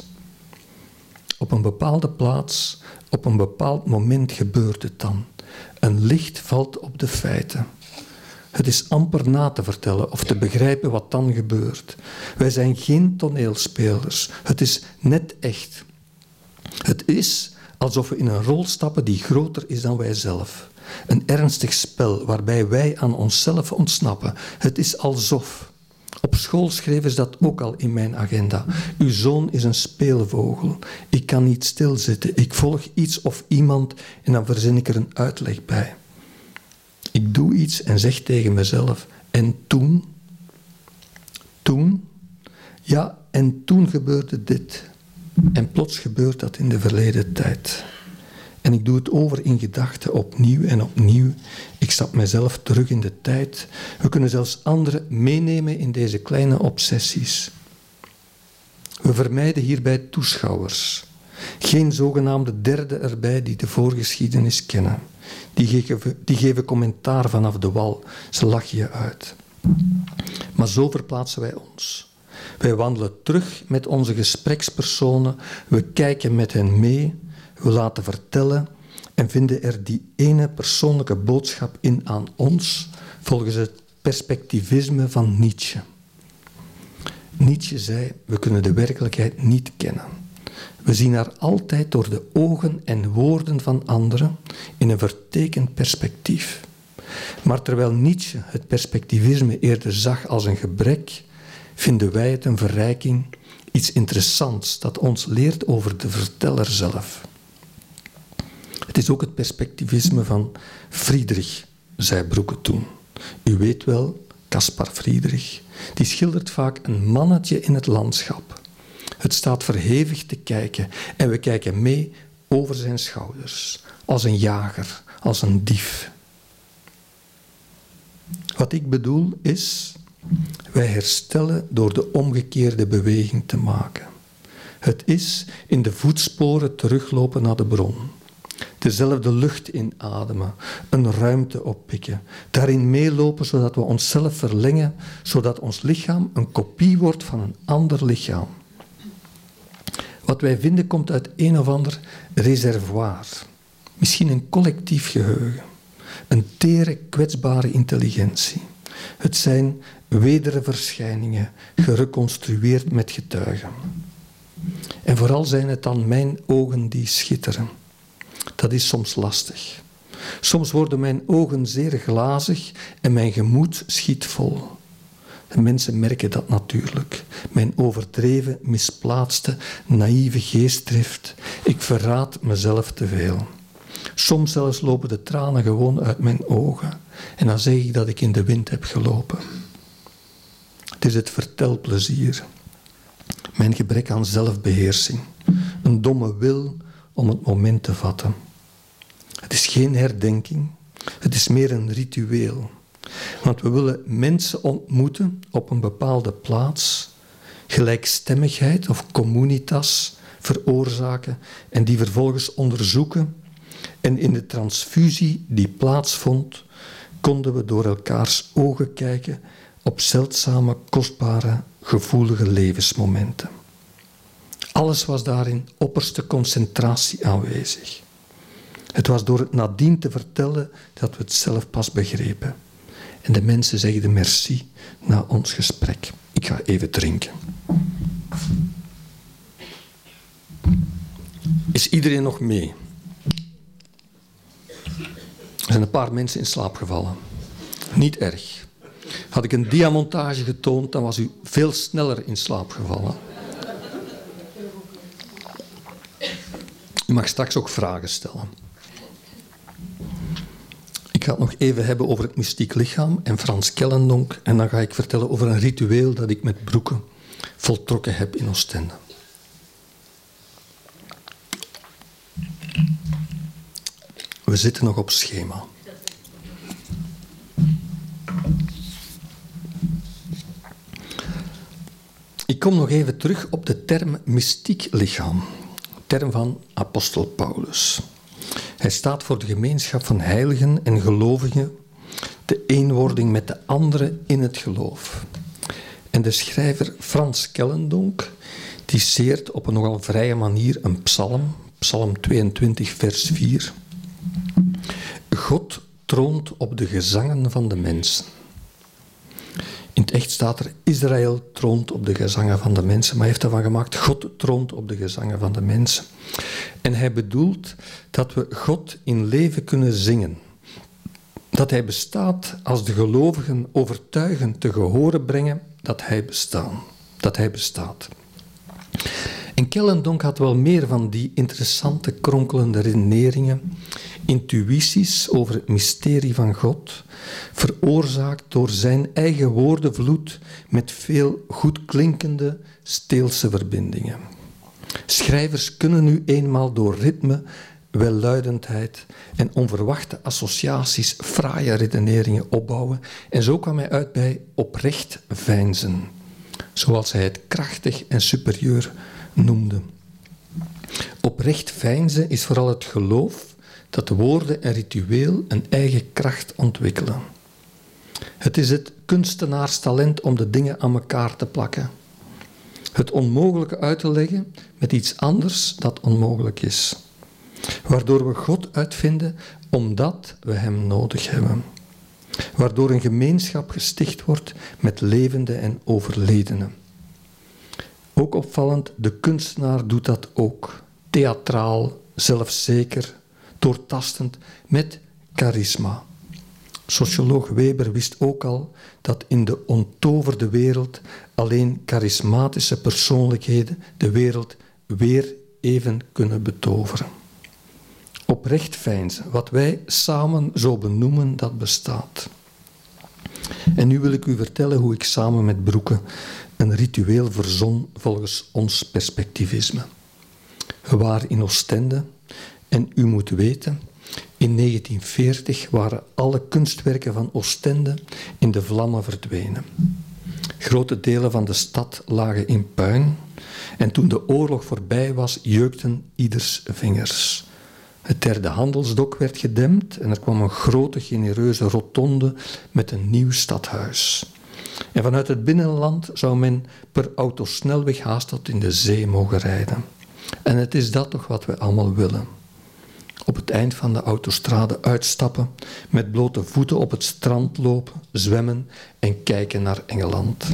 Speaker 3: Op een bepaalde plaats, op een bepaald moment gebeurt het dan. Een licht valt op de feiten. Het is amper na te vertellen of te begrijpen wat dan gebeurt. Wij zijn geen toneelspelers. Het is net echt. Het is alsof we in een rol stappen die groter is dan wij zelf. Een ernstig spel waarbij wij aan onszelf ontsnappen. Het is alsof. Op school schreven ze dat ook al in mijn agenda. Uw zoon is een speelvogel. Ik kan niet stilzitten. Ik volg iets of iemand en dan verzin ik er een uitleg bij. Ik doe iets en zeg tegen mezelf, en toen? Toen? Ja, en toen gebeurde dit. En plots gebeurt dat in de verleden tijd. En ik doe het over in gedachten opnieuw en opnieuw. Ik stap mezelf terug in de tijd. We kunnen zelfs anderen meenemen in deze kleine obsessies. We vermijden hierbij toeschouwers. Geen zogenaamde derde erbij die de voorgeschiedenis kennen. Die geven commentaar vanaf de wal. Ze lachen je uit. Maar zo verplaatsen wij ons. Wij wandelen terug met onze gesprekspersonen. We kijken met hen mee. We laten vertellen en vinden er die ene persoonlijke boodschap in aan ons, volgens het perspectivisme van Nietzsche. Nietzsche zei, we kunnen de werkelijkheid niet kennen. We zien haar altijd door de ogen en woorden van anderen in een vertekend perspectief. Maar terwijl Nietzsche het perspectivisme eerder zag als een gebrek, vinden wij het een verrijking, iets interessants dat ons leert over de verteller zelf. Het is ook het perspectivisme van Friedrich, zei Brooke toen. U weet wel, Caspar Friedrich, die schildert vaak een mannetje in het landschap. Het staat verhevig te kijken en we kijken mee over zijn schouders, als een jager, als een dief. Wat ik bedoel is, wij herstellen door de omgekeerde beweging te maken. Het is in de voetsporen teruglopen naar de bron. Dezelfde lucht inademen, een ruimte oppikken, daarin meelopen zodat we onszelf verlengen, zodat ons lichaam een kopie wordt van een ander lichaam. Wat wij vinden komt uit een of ander reservoir, misschien een collectief geheugen, een tere, kwetsbare intelligentie. Het zijn wedere verschijningen, gereconstrueerd met getuigen. En vooral zijn het dan mijn ogen die schitteren. Dat is soms lastig. Soms worden mijn ogen zeer glazig en mijn gemoed schiet vol. De mensen merken dat natuurlijk. Mijn overdreven, misplaatste, naïeve geestdrift. Ik verraad mezelf te veel. Soms zelfs lopen de tranen gewoon uit mijn ogen. En dan zeg ik dat ik in de wind heb gelopen. Het is het vertelplezier. Mijn gebrek aan zelfbeheersing. Een domme wil om het moment te vatten. Het is geen herdenking. Het is meer een ritueel. Want we willen mensen ontmoeten op een bepaalde plaats, gelijkstemmigheid of communitas veroorzaken en die vervolgens onderzoeken. En in de transfusie die plaatsvond, konden we door elkaars ogen kijken op zeldzame, kostbare, gevoelige levensmomenten. Alles was daar in opperste concentratie aanwezig. Het was door het nadien te vertellen dat we het zelf pas begrepen. En de mensen zeiden merci na ons gesprek. Ik ga even drinken. Is iedereen nog mee? Er zijn een paar mensen in slaap gevallen. Niet erg. Had ik een diamontage getoond, dan was u veel sneller in slaap gevallen. U mag straks ook vragen stellen. Ik ga het nog even hebben over het mystiek lichaam en Frans Kellendonk. En dan ga ik vertellen over een ritueel dat ik met Brooke voltrokken heb in Oostende. We zitten nog op schema. kom nog even terug op de term mystiek lichaam. Term van apostel Paulus. Hij staat voor de gemeenschap van heiligen en gelovigen, de eenwording met de anderen in het geloof. En de schrijver Frans Kellendonck, die seert op een nogal vrije manier een psalm, psalm 22 vers 4. God troont op de gezangen van de mensen. In het echt staat er, Israël troont op de gezangen van de mensen, maar hij heeft ervan gemaakt, God troont op de gezangen van de mensen. En hij bedoelt dat we God in leven kunnen zingen. Dat hij bestaat als de gelovigen overtuigend te gehore brengen dat hij bestaat. En Kellendonck had wel meer van die interessante kronkelende redeneringen, intuïties over het mysterie van God, veroorzaakt door zijn eigen woordenvloed met veel goedklinkende steelse verbindingen. Schrijvers kunnen nu eenmaal door ritme, welluidendheid en onverwachte associaties fraaie redeneringen opbouwen. En zo kwam hij uit bij oprecht veinzen, zoals hij het krachtig en superieur noemde. Oprecht veinzen is vooral het geloof dat woorden en ritueel een eigen kracht ontwikkelen. Het is het kunstenaarstalent om de dingen aan elkaar te plakken. Het onmogelijke uit te leggen met iets anders dat onmogelijk is. Waardoor we God uitvinden omdat we hem nodig hebben. Waardoor een gemeenschap gesticht wordt met levenden en overledenen. Ook opvallend, de kunstenaar doet dat ook. Theatraal, zelfzeker, doortastend, met charisma. Socioloog Weber wist ook al dat in de onttoverde wereld alleen charismatische persoonlijkheden de wereld weer even kunnen betoveren. Oprecht veinzen, wat wij samen zo benoemen, dat bestaat. En nu wil ik u vertellen hoe ik samen met Broeke een ritueel verzon volgens ons perspectivisme. We waren in Oostende en u moet weten, in 1940 waren alle kunstwerken van Oostende in de vlammen verdwenen. Grote delen van de stad lagen in puin en toen de oorlog voorbij was, jeukten ieders vingers. Het derde handelsdok werd gedempt en er kwam een grote genereuze rotonde met een nieuw stadhuis. En vanuit het binnenland zou men per autosnelweg haast tot in de zee mogen rijden. En het is dat toch wat we allemaal willen. Op het eind van de autostrade uitstappen, met blote voeten op het strand lopen, zwemmen en kijken naar Engeland.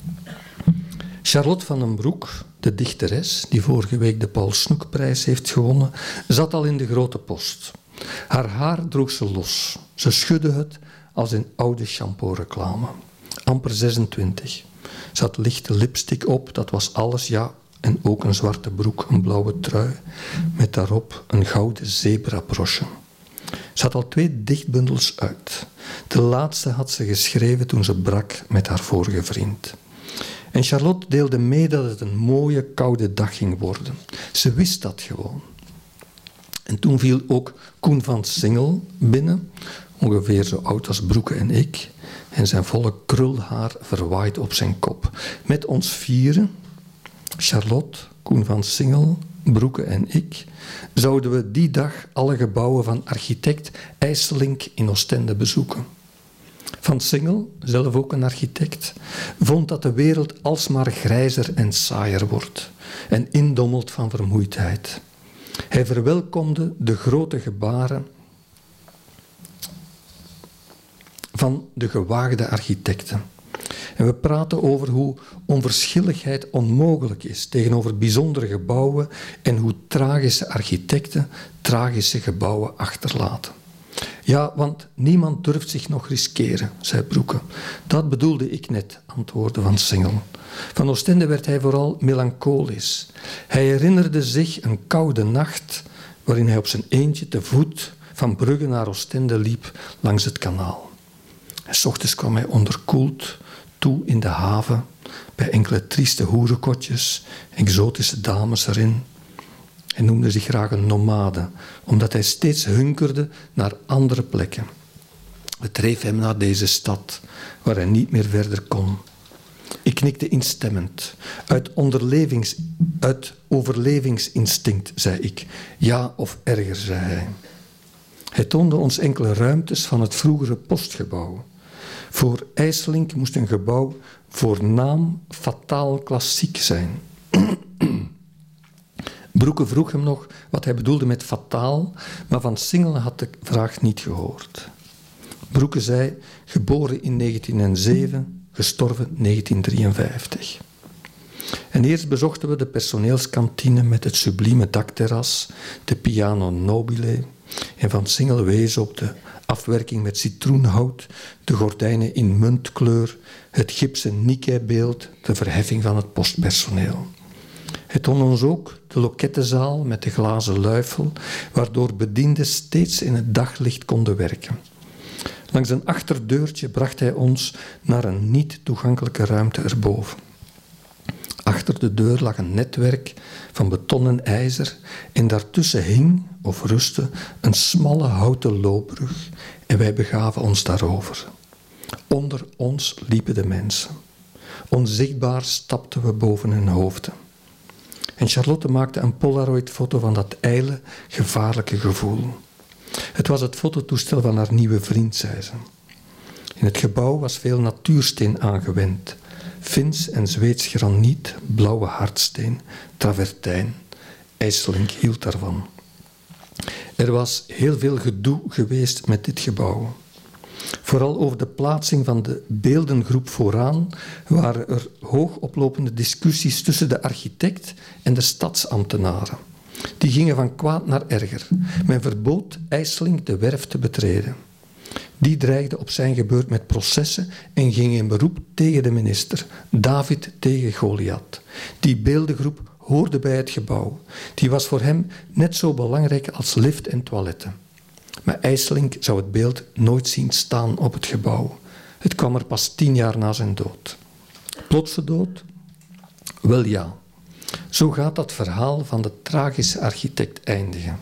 Speaker 3: Charlotte van den Broek, de dichteres die vorige week de Paul Snoekprijs heeft gewonnen, zat al in de Grote Post. Haar haar droeg ze los. Ze schudde het als in oude shampoo-reclame. Amper 26. Ze had lichte lipstick op, dat was alles, ja, en ook een zwarte broek, een blauwe trui, met daarop een gouden zebrabrosje. Ze had al 2 dichtbundels uit. De laatste had ze geschreven toen ze brak met haar vorige vriend. En Charlotte deelde mee dat het een mooie, koude dag ging worden. Ze wist dat gewoon. En toen viel ook Koen van Singel binnen, ongeveer zo oud als Broeke en ik, en zijn volle krulhaar verwaaid op zijn kop. Met ons 4, Charlotte, Koen van Singel, Broeke en ik, zouden we die dag alle gebouwen van architect IJsselink in Oostende bezoeken. Van Singel, zelf ook een architect, vond dat de wereld alsmaar grijzer en saaier wordt en indommelt van vermoeidheid. Hij verwelkomde de grote gebaren van de gewaagde architecten. En we praten over hoe onverschilligheid onmogelijk is tegenover bijzondere gebouwen en hoe tragische architecten tragische gebouwen achterlaten. Ja, want niemand durft zich nog riskeren, zei Broeke. Dat bedoelde ik net, antwoordde Van Singel. Van Oostende werd hij vooral melancholisch. Hij herinnerde zich een koude nacht waarin hij op zijn eentje te voet van Brugge naar Oostende liep langs het kanaal. En 's ochtends kwam hij onderkoeld toe in de haven, bij enkele trieste hoerenkotjes, exotische dames erin. Hij noemde zich graag een nomade, omdat hij steeds hunkerde naar andere plekken. Het dreef hem naar deze stad, waar hij niet meer verder kon. Ik knikte instemmend. Uit overlevingsinstinct, zei ik. Ja, of erger, zei hij. Hij toonde ons enkele ruimtes van het vroegere postgebouw. Voor IJsselink moest een gebouw voornaam fataal klassiek zijn. Broeke vroeg hem nog wat hij bedoelde met fataal, maar Van Singel had de vraag niet gehoord. Broeke zei, geboren in 1907, gestorven 1953. En eerst bezochten we de personeelskantine met het sublieme dakterras, de piano nobile, en Van Singel wees op de afwerking met citroenhout, de gordijnen in muntkleur, het gipsen Nike-beeld, de verheffing van het postpersoneel. Het toonde ons ook de lokettenzaal met de glazen luifel, waardoor bedienden steeds in het daglicht konden werken. Langs een achterdeurtje bracht hij ons naar een niet toegankelijke ruimte erboven. Achter de deur lag een netwerk van betonnen ijzer en daartussen hing of rustte een smalle houten loopbrug en wij begaven ons daarover. Onder ons liepen de mensen. Onzichtbaar stapten we boven hun hoofden. En Charlotte maakte een Polaroid-foto van dat ijle, gevaarlijke gevoel. Het was het fototoestel van haar nieuwe vriend, zei ze. In het gebouw was veel natuursteen aangewend. Fins en Zweeds graniet, blauwe hardsteen, travertijn. IJsselink hield daarvan. Er was heel veel gedoe geweest met dit gebouw. Vooral over de plaatsing van de beeldengroep vooraan waren er hoogoplopende discussies tussen de architect en de stadsambtenaren. Die gingen van kwaad naar erger. Men verbood IJsselink de werf te betreden. Die dreigde op zijn gebeurt met processen en ging in beroep tegen de minister. David tegen Goliath. Die beeldengroep hoorde bij het gebouw. Die was voor hem net zo belangrijk als lift en toiletten. Maar IJsselink zou het beeld nooit zien staan op het gebouw. Het kwam er pas 10 jaar na zijn dood. Plotse dood? Wel ja. Zo gaat dat verhaal van de tragische architect eindigen.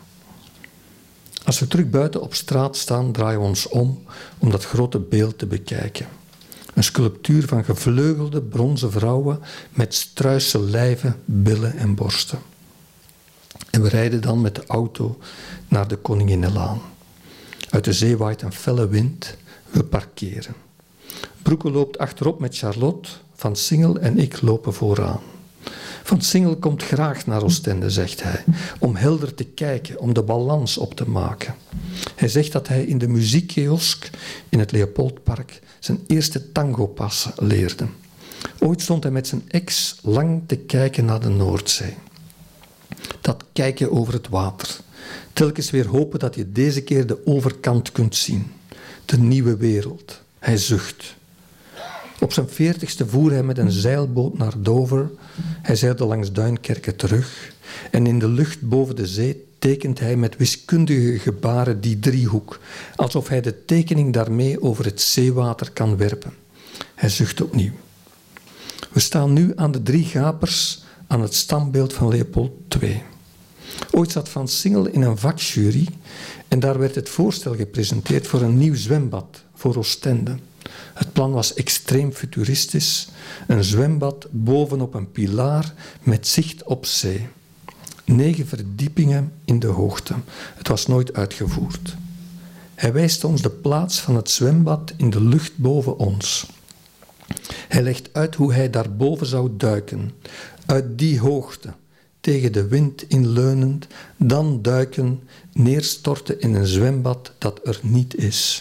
Speaker 3: Als we terug buiten op straat staan, draaien we ons om dat grote beeld te bekijken. Een sculptuur van gevleugelde bronzen vrouwen met struise lijven, billen en borsten. En we rijden dan met de auto naar de Koninginnelaan. Uit de zee waait een felle wind. We parkeren. Broeke loopt achterop met Charlotte, Van Singel en ik lopen vooraan. Van Singel komt graag naar Oostende, zegt hij, om helder te kijken, om de balans op te maken. Hij zegt dat hij in de muziekkiosk in het Leopoldpark zijn eerste tangopassen leerde. Ooit stond hij met zijn ex lang te kijken naar de Noordzee. Dat kijken over het water. Telkens weer hopen dat je deze keer de overkant kunt zien. De nieuwe wereld. Hij zucht. Op zijn 40ste voer hij met een zeilboot naar Dover. Hij zeilde langs Duinkerke terug. En in de lucht boven de zee tekent hij met wiskundige gebaren die driehoek. Alsof hij de tekening daarmee over het zeewater kan werpen. Hij zucht opnieuw. We staan nu aan de 3 gapers aan het standbeeld van Leopold II. Ooit zat Van Singel in een vakjury en daar werd het voorstel gepresenteerd voor een nieuw zwembad voor Oostende. Het plan was extreem futuristisch, een zwembad bovenop een pilaar met zicht op zee. 9 verdiepingen in de hoogte. Het was nooit uitgevoerd. Hij wijst ons de plaats van het zwembad in de lucht boven ons. Hij legt uit hoe hij daarboven zou duiken, uit die hoogte, tegen de wind inleunend, dan duiken, neerstorten in een zwembad dat er niet is.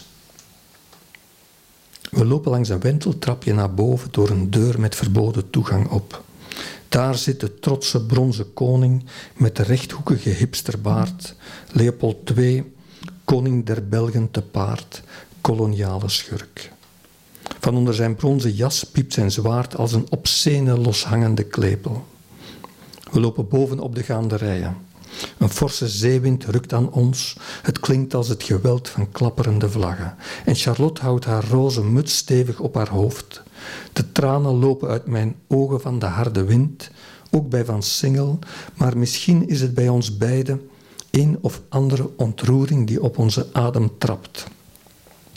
Speaker 3: We lopen langs een wenteltrapje naar boven door een deur met verboden toegang op. Daar zit de trotse bronzen koning met de rechthoekige hipsterbaard, Leopold II, koning der Belgen te paard, koloniale schurk. Van onder zijn bronzen jas piept zijn zwaard als een obscene loshangende klepel. We lopen boven op de gaanderijen. Een forse zeewind rukt aan ons. Het klinkt als het geweld van klapperende vlaggen. En Charlotte houdt haar roze muts stevig op haar hoofd. De tranen lopen uit mijn ogen van de harde wind, ook bij Van Singel, maar misschien is het bij ons beiden een of andere ontroering die op onze adem trapt.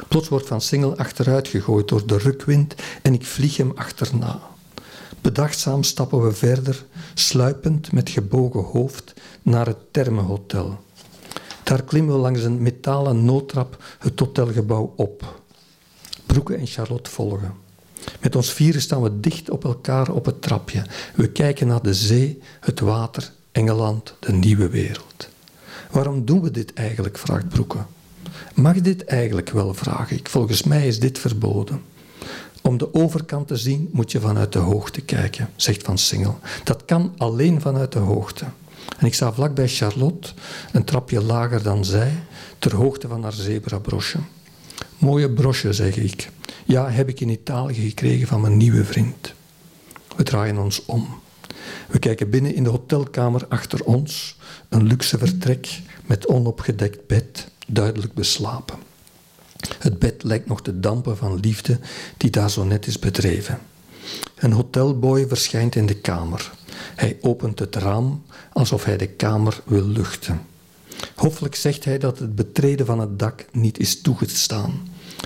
Speaker 3: Plots wordt Van Singel achteruit gegooid door de rukwind en ik vlieg hem achterna. Bedachtzaam stappen we verder, sluipend met gebogen hoofd, naar het Therme-hotel. Daar klimmen we langs een metalen noodtrap het hotelgebouw op. Broeke en Charlotte volgen. Met ons vieren staan we dicht op elkaar op het trapje. We kijken naar de zee, het water, Engeland, de nieuwe wereld. Waarom doen we dit eigenlijk, vraagt Broeke. Mag dit eigenlijk wel, vraag ik. Volgens mij is dit verboden. Om de overkant te zien moet je vanuit de hoogte kijken, zegt Van Singel. Dat kan alleen vanuit de hoogte. En ik sta vlak bij Charlotte, een trapje lager dan zij, ter hoogte van haar zebrabrosje. Mooie brosje, zeg ik. Ja, heb ik in Italië gekregen van mijn nieuwe vriend. We draaien ons om. We kijken binnen in de hotelkamer achter ons, een luxe vertrek met onopgedekt bed, duidelijk beslapen. Het bed lijkt nog te dampen van liefde die daar zo net is bedreven. Een hotelboy verschijnt in de kamer. Hij opent het raam alsof hij de kamer wil luchten. Hoffelijk zegt hij dat het betreden van het dak niet is toegestaan.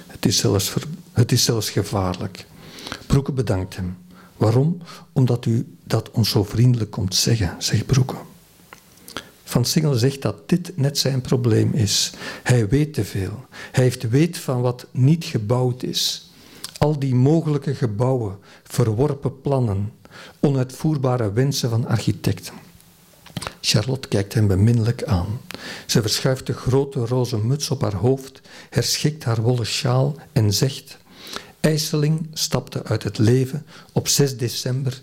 Speaker 3: Het is zelfs gevaarlijk. Broeke bedankt hem. Waarom? Omdat u dat ons zo vriendelijk komt zeggen, zegt Broeke. Van Singel zegt dat dit net zijn probleem is. Hij weet te veel. Hij heeft weet van wat niet gebouwd is. Al die mogelijke gebouwen, verworpen plannen, onuitvoerbare wensen van architecten. Charlotte kijkt hem beminnelijk aan. Ze verschuift de grote roze muts op haar hoofd, herschikt haar wollen sjaal en zegt: IJsseling stapte uit het leven op 6 december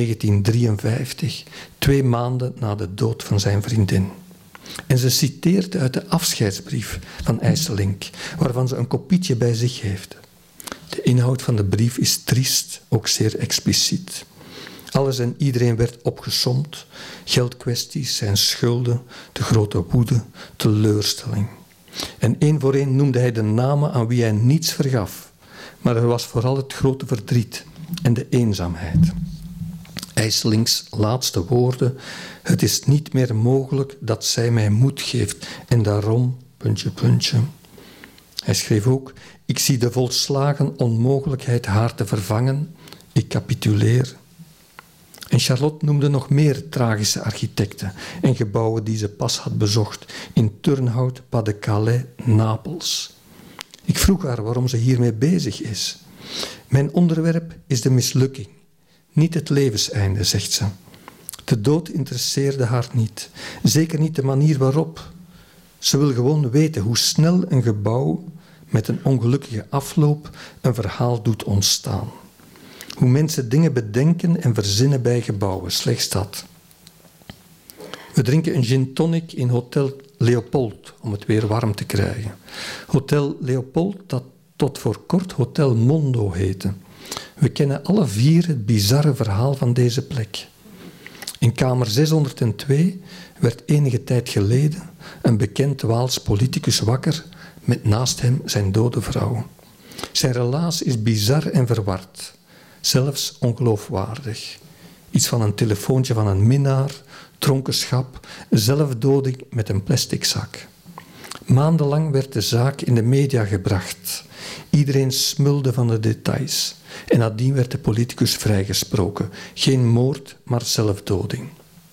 Speaker 3: 1953, 2 maanden na de dood van zijn vriendin. En ze citeert uit de afscheidsbrief van IJsseling, waarvan ze een kopietje bij zich heeft. De inhoud van de brief is triest, ook zeer expliciet. Alles en iedereen werd opgesomd. Geldkwesties, zijn schulden, de grote woede, teleurstelling. En één voor één noemde hij de namen aan wie hij niets vergaf. Maar er was vooral het grote verdriet en de eenzaamheid. IJsselings laatste woorden: het is niet meer mogelijk dat zij mij moed geeft en daarom... ... Hij schreef ook: ik zie de volslagen onmogelijkheid haar te vervangen. Ik capituleer. En Charlotte noemde nog meer tragische architecten en gebouwen die ze pas had bezocht in Turnhout, Pas-de-Calais, Napels. Ik vroeg haar waarom ze hiermee bezig is. Mijn onderwerp is de mislukking, niet het levenseinde, zegt ze. De dood interesseerde haar niet, zeker niet de manier waarop. Ze wil gewoon weten hoe snel een gebouw met een ongelukkige afloop een verhaal doet ontstaan. Hoe mensen dingen bedenken en verzinnen bij gebouwen, slechts dat. We drinken een gin tonic in Hotel Leopold om het weer warm te krijgen. Hotel Leopold, dat tot voor kort Hotel Mondo heette. We kennen alle 4 het bizarre verhaal van deze plek. In kamer 602 werd enige tijd geleden een bekend Waals politicus wakker met naast hem zijn dode vrouw. Zijn relaas is bizar en verward. Zelfs ongeloofwaardig. Iets van een telefoontje van een minnaar, dronkenschap, zelfdoding met een plastic zak. Maandenlang werd de zaak in de media gebracht. Iedereen smulde van de details. En nadien werd de politicus vrijgesproken. Geen moord, maar zelfdoding.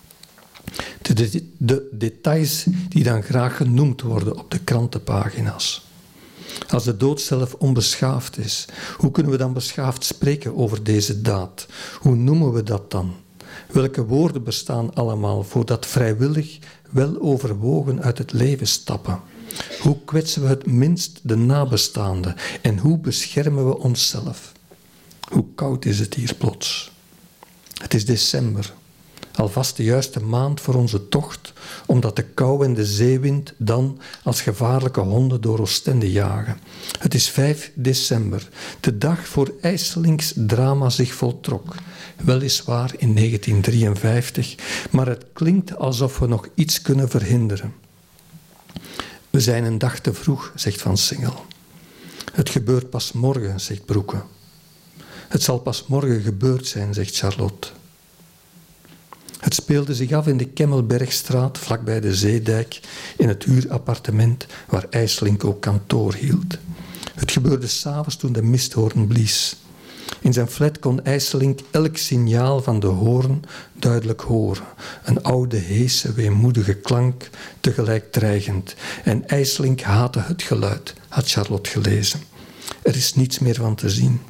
Speaker 3: De details die dan graag genoemd worden op de krantenpagina's. Als de dood zelf onbeschaafd is, hoe kunnen we dan beschaafd spreken over deze daad? Hoe noemen we dat dan? Welke woorden bestaan allemaal voor dat vrijwillig, wel overwogen uit het leven stappen? Hoe kwetsen we het minst de nabestaanden en hoe beschermen we onszelf? Hoe koud is het hier plots? Het is december, alvast de juiste maand voor onze tocht, omdat de kou en de zeewind dan als gevaarlijke honden door Oostende jagen. Het is 5 december, de dag voor IJsselings drama zich voltrok. Weliswaar in 1953, maar het klinkt alsof we nog iets kunnen verhinderen. We zijn een dag te vroeg, zegt Van Singel. Het gebeurt pas morgen, zegt Broeke. Het zal pas morgen gebeurd zijn, zegt Charlotte. Het speelde zich af in de Kemmelbergstraat, vlakbij de Zeedijk, in het huurappartement waar IJsseling ook kantoor hield. Het gebeurde 's avonds toen de misthoorn blies. In zijn flat kon IJsselink elk signaal van de hoorn duidelijk horen. Een oude, heese, weemoedige klank, tegelijk dreigend. En IJsselink haatte het geluid, had Charlotte gelezen. Er is niets meer van te zien.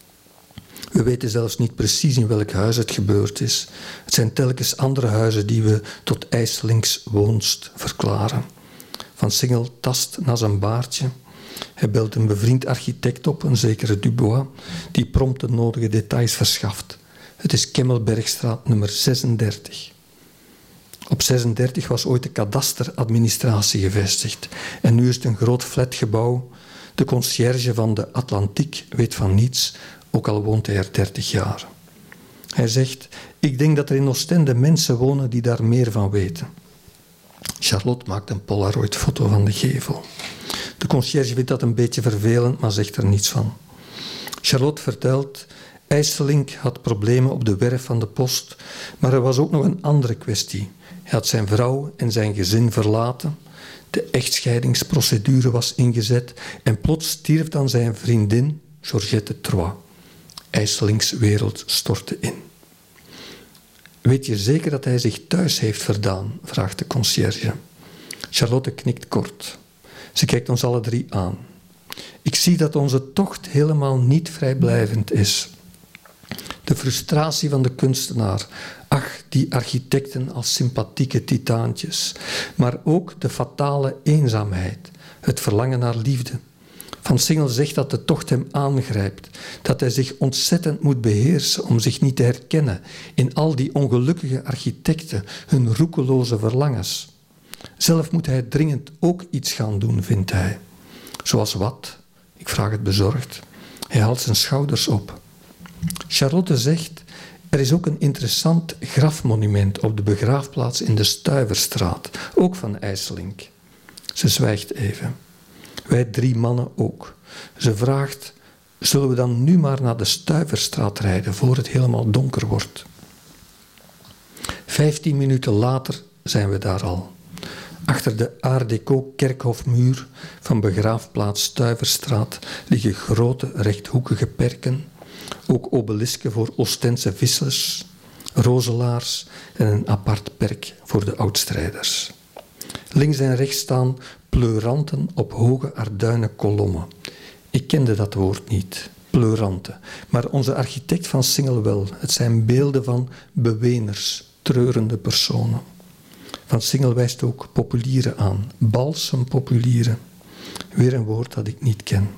Speaker 3: We weten zelfs niet precies in welk huis het gebeurd is. Het zijn telkens andere huizen die we tot IJsselinks woonst verklaren. Van Singel tast naar zijn baardje. Hij belt een bevriend architect op, een zekere Dubois, die prompt de nodige details verschaft. Het is Kemmelbergstraat nummer 36. Op 36 was ooit de kadasteradministratie gevestigd. En nu is het een groot flatgebouw. De conciërge van de Atlantiek weet van niets, ook al woont hij er 30 jaar. Hij zegt, ik denk dat er in Oostende mensen wonen die daar meer van weten. Charlotte maakt een Polaroid-foto van de gevel. De conciërge vindt dat een beetje vervelend, maar zegt er niets van. Charlotte vertelt, IJsselink had problemen op de werf van de post, maar er was ook nog een andere kwestie. Hij had zijn vrouw en zijn gezin verlaten. De echtscheidingsprocedure was ingezet en plots stierf dan zijn vriendin, Georgette Trois. IJsselinks wereld stortte in. Weet je zeker dat hij zich thuis heeft verdaan? Vraagt de conciërge. Charlotte knikt kort. Ze kijkt ons alle drie aan. Ik zie dat onze tocht helemaal niet vrijblijvend is. De frustratie van de kunstenaar. Ach, die architecten als sympathieke titaantjes. Maar ook de fatale eenzaamheid. Het verlangen naar liefde. Van Singel zegt dat de tocht hem aangrijpt. Dat hij zich ontzettend moet beheersen om zich niet te herkennen in al die ongelukkige architecten, hun roekeloze verlangens. Zelf moet hij dringend ook iets gaan doen, vindt hij. Zoals wat? Ik vraag het bezorgd. Hij haalt zijn schouders op. Charlotte zegt, er is ook een interessant grafmonument op de begraafplaats in de Stuyverstraat, ook van IJsselink. Ze zwijgt even. Wij 3 mannen ook. Ze vraagt, zullen we dan nu maar naar de Stuyverstraat rijden voor het helemaal donker wordt? 15 minuten later zijn we daar al. Achter de Art Deco kerkhofmuur van begraafplaats Stuyverstraat liggen grote rechthoekige perken, ook obelisken voor Oostense vissers, rozelaars en een apart perk voor de oudstrijders. Links en rechts staan pleuranten op hoge arduinen kolommen. Ik kende dat woord niet, pleuranten, maar onze architect van Singel wel. Het zijn beelden van beweners, treurende personen. Van Singel wijst ook populieren aan, balsempopulieren. Weer een woord dat ik niet ken.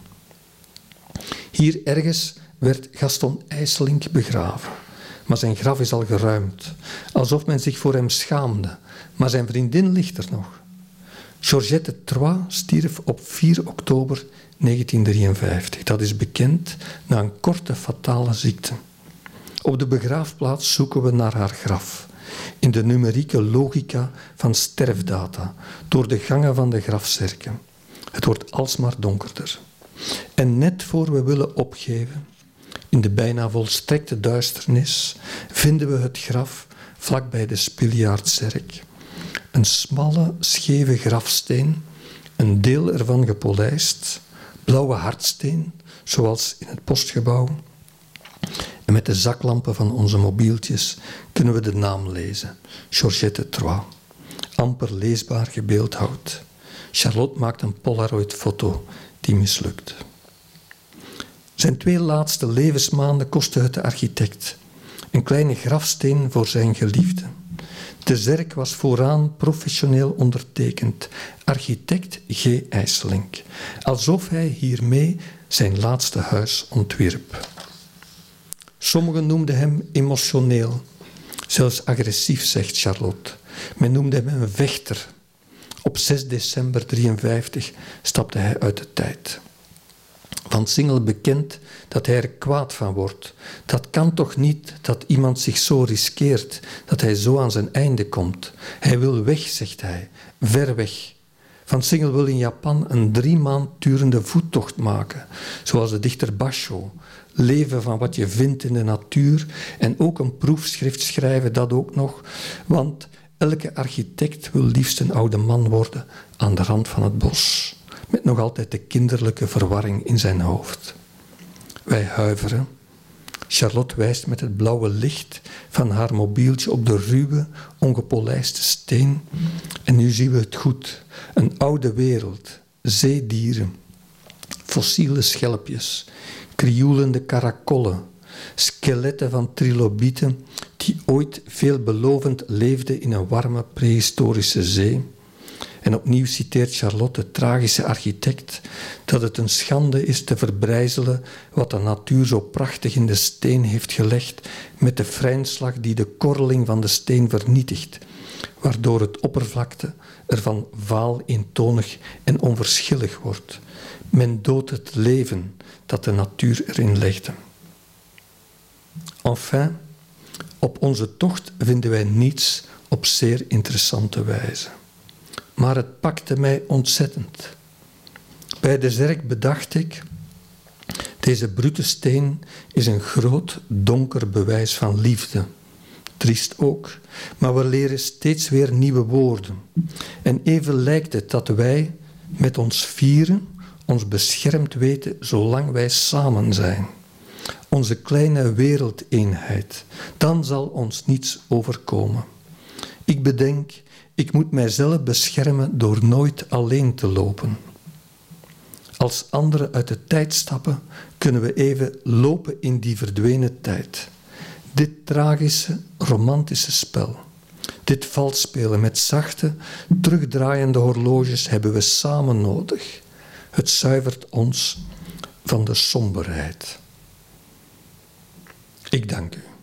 Speaker 3: Hier ergens werd Gaston IJsselink begraven. Maar zijn graf is al geruimd, alsof men zich voor hem schaamde. Maar zijn vriendin ligt er nog. Georgette Trois stierf op 4 oktober 1953. Dat is bekend na een korte fatale ziekte. Op de begraafplaats zoeken we naar haar graf. In de numerieke logica van sterfdata, door de gangen van de grafzerken. Het wordt alsmaar donkerder. En net voor we willen opgeven, in de bijna volstrekte duisternis, vinden we het graf vlakbij de Sbiljaardzerk. Een smalle, scheve grafsteen, een deel ervan gepolijst, blauwe hardsteen, zoals in het postgebouw. En met de zaklampen van onze mobieltjes kunnen we de naam lezen. Georgette Trois. Amper leesbaar gebeeldhouwd. Charlotte maakt een Polaroid-foto die mislukt. Zijn 2 laatste levensmaanden kostte het de architect. Een kleine grafsteen voor zijn geliefde. De zerk was vooraan professioneel ondertekend. Architect G. IJsselink. Alsof hij hiermee zijn laatste huis ontwierp. Sommigen noemden hem emotioneel. Zelfs agressief, zegt Charlotte. Men noemde hem een vechter. Op 6 december 1953 stapte hij uit de tijd. Van Singel bekent dat hij er kwaad van wordt. Dat kan toch niet dat iemand zich zo riskeert, dat hij zo aan zijn einde komt. Hij wil weg, zegt hij, ver weg. Van Singel wil in Japan een 3 maand durende voettocht maken, zoals de dichter Basho. Leven van wat je vindt in de natuur en ook een proefschrift schrijven, dat ook nog, want elke architect wil liefst een oude man worden aan de rand van het bos. met nog altijd de kinderlijke verwarring in zijn hoofd. Wij huiveren. Charlotte wijst met het blauwe licht van haar mobieltje op de ruwe, ongepolijste steen. En nu zien we het goed. Een oude wereld, zeedieren, fossiele schelpjes, krioelende karakollen, skeletten van trilobieten die ooit veelbelovend leefden in een warme prehistorische zee. En opnieuw citeert Charlotte, de tragische architect, dat het een schande is te verbrijzelen wat de natuur zo prachtig in de steen heeft gelegd, met de vrijnslag die de korreling van de steen vernietigt, waardoor het oppervlakte ervan vaal, eentonig en onverschillig wordt. Men doodt het leven dat de natuur erin legde. Enfin, op onze tocht vinden wij niets op zeer interessante wijze. Maar het pakte mij ontzettend. Bij de zerk bedacht ik, deze brute steen is een groot, donker bewijs van liefde. Triest ook, maar we leren steeds weer nieuwe woorden. En even lijkt het dat wij met ons vieren ons beschermd weten zolang wij samen zijn. Onze kleine wereldeenheid, dan zal ons niets overkomen. Ik bedenk, ik moet mijzelf beschermen door nooit alleen te lopen. Als anderen uit de tijd stappen, kunnen we even lopen in die verdwenen tijd. Dit tragische, romantische spel, dit valsspelen met zachte, terugdraaiende horloges hebben we samen nodig. Het zuivert ons van de somberheid. Ik dank u.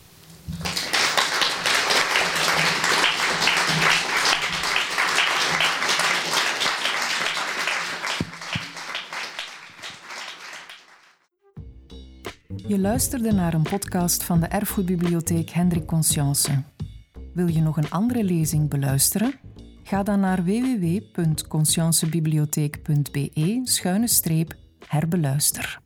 Speaker 1: Je luisterde naar een podcast van de Erfgoedbibliotheek Hendrik Conscience. Wil je nog een andere lezing beluisteren? Ga dan naar www.consciencebibliotheek.be/herbeluister.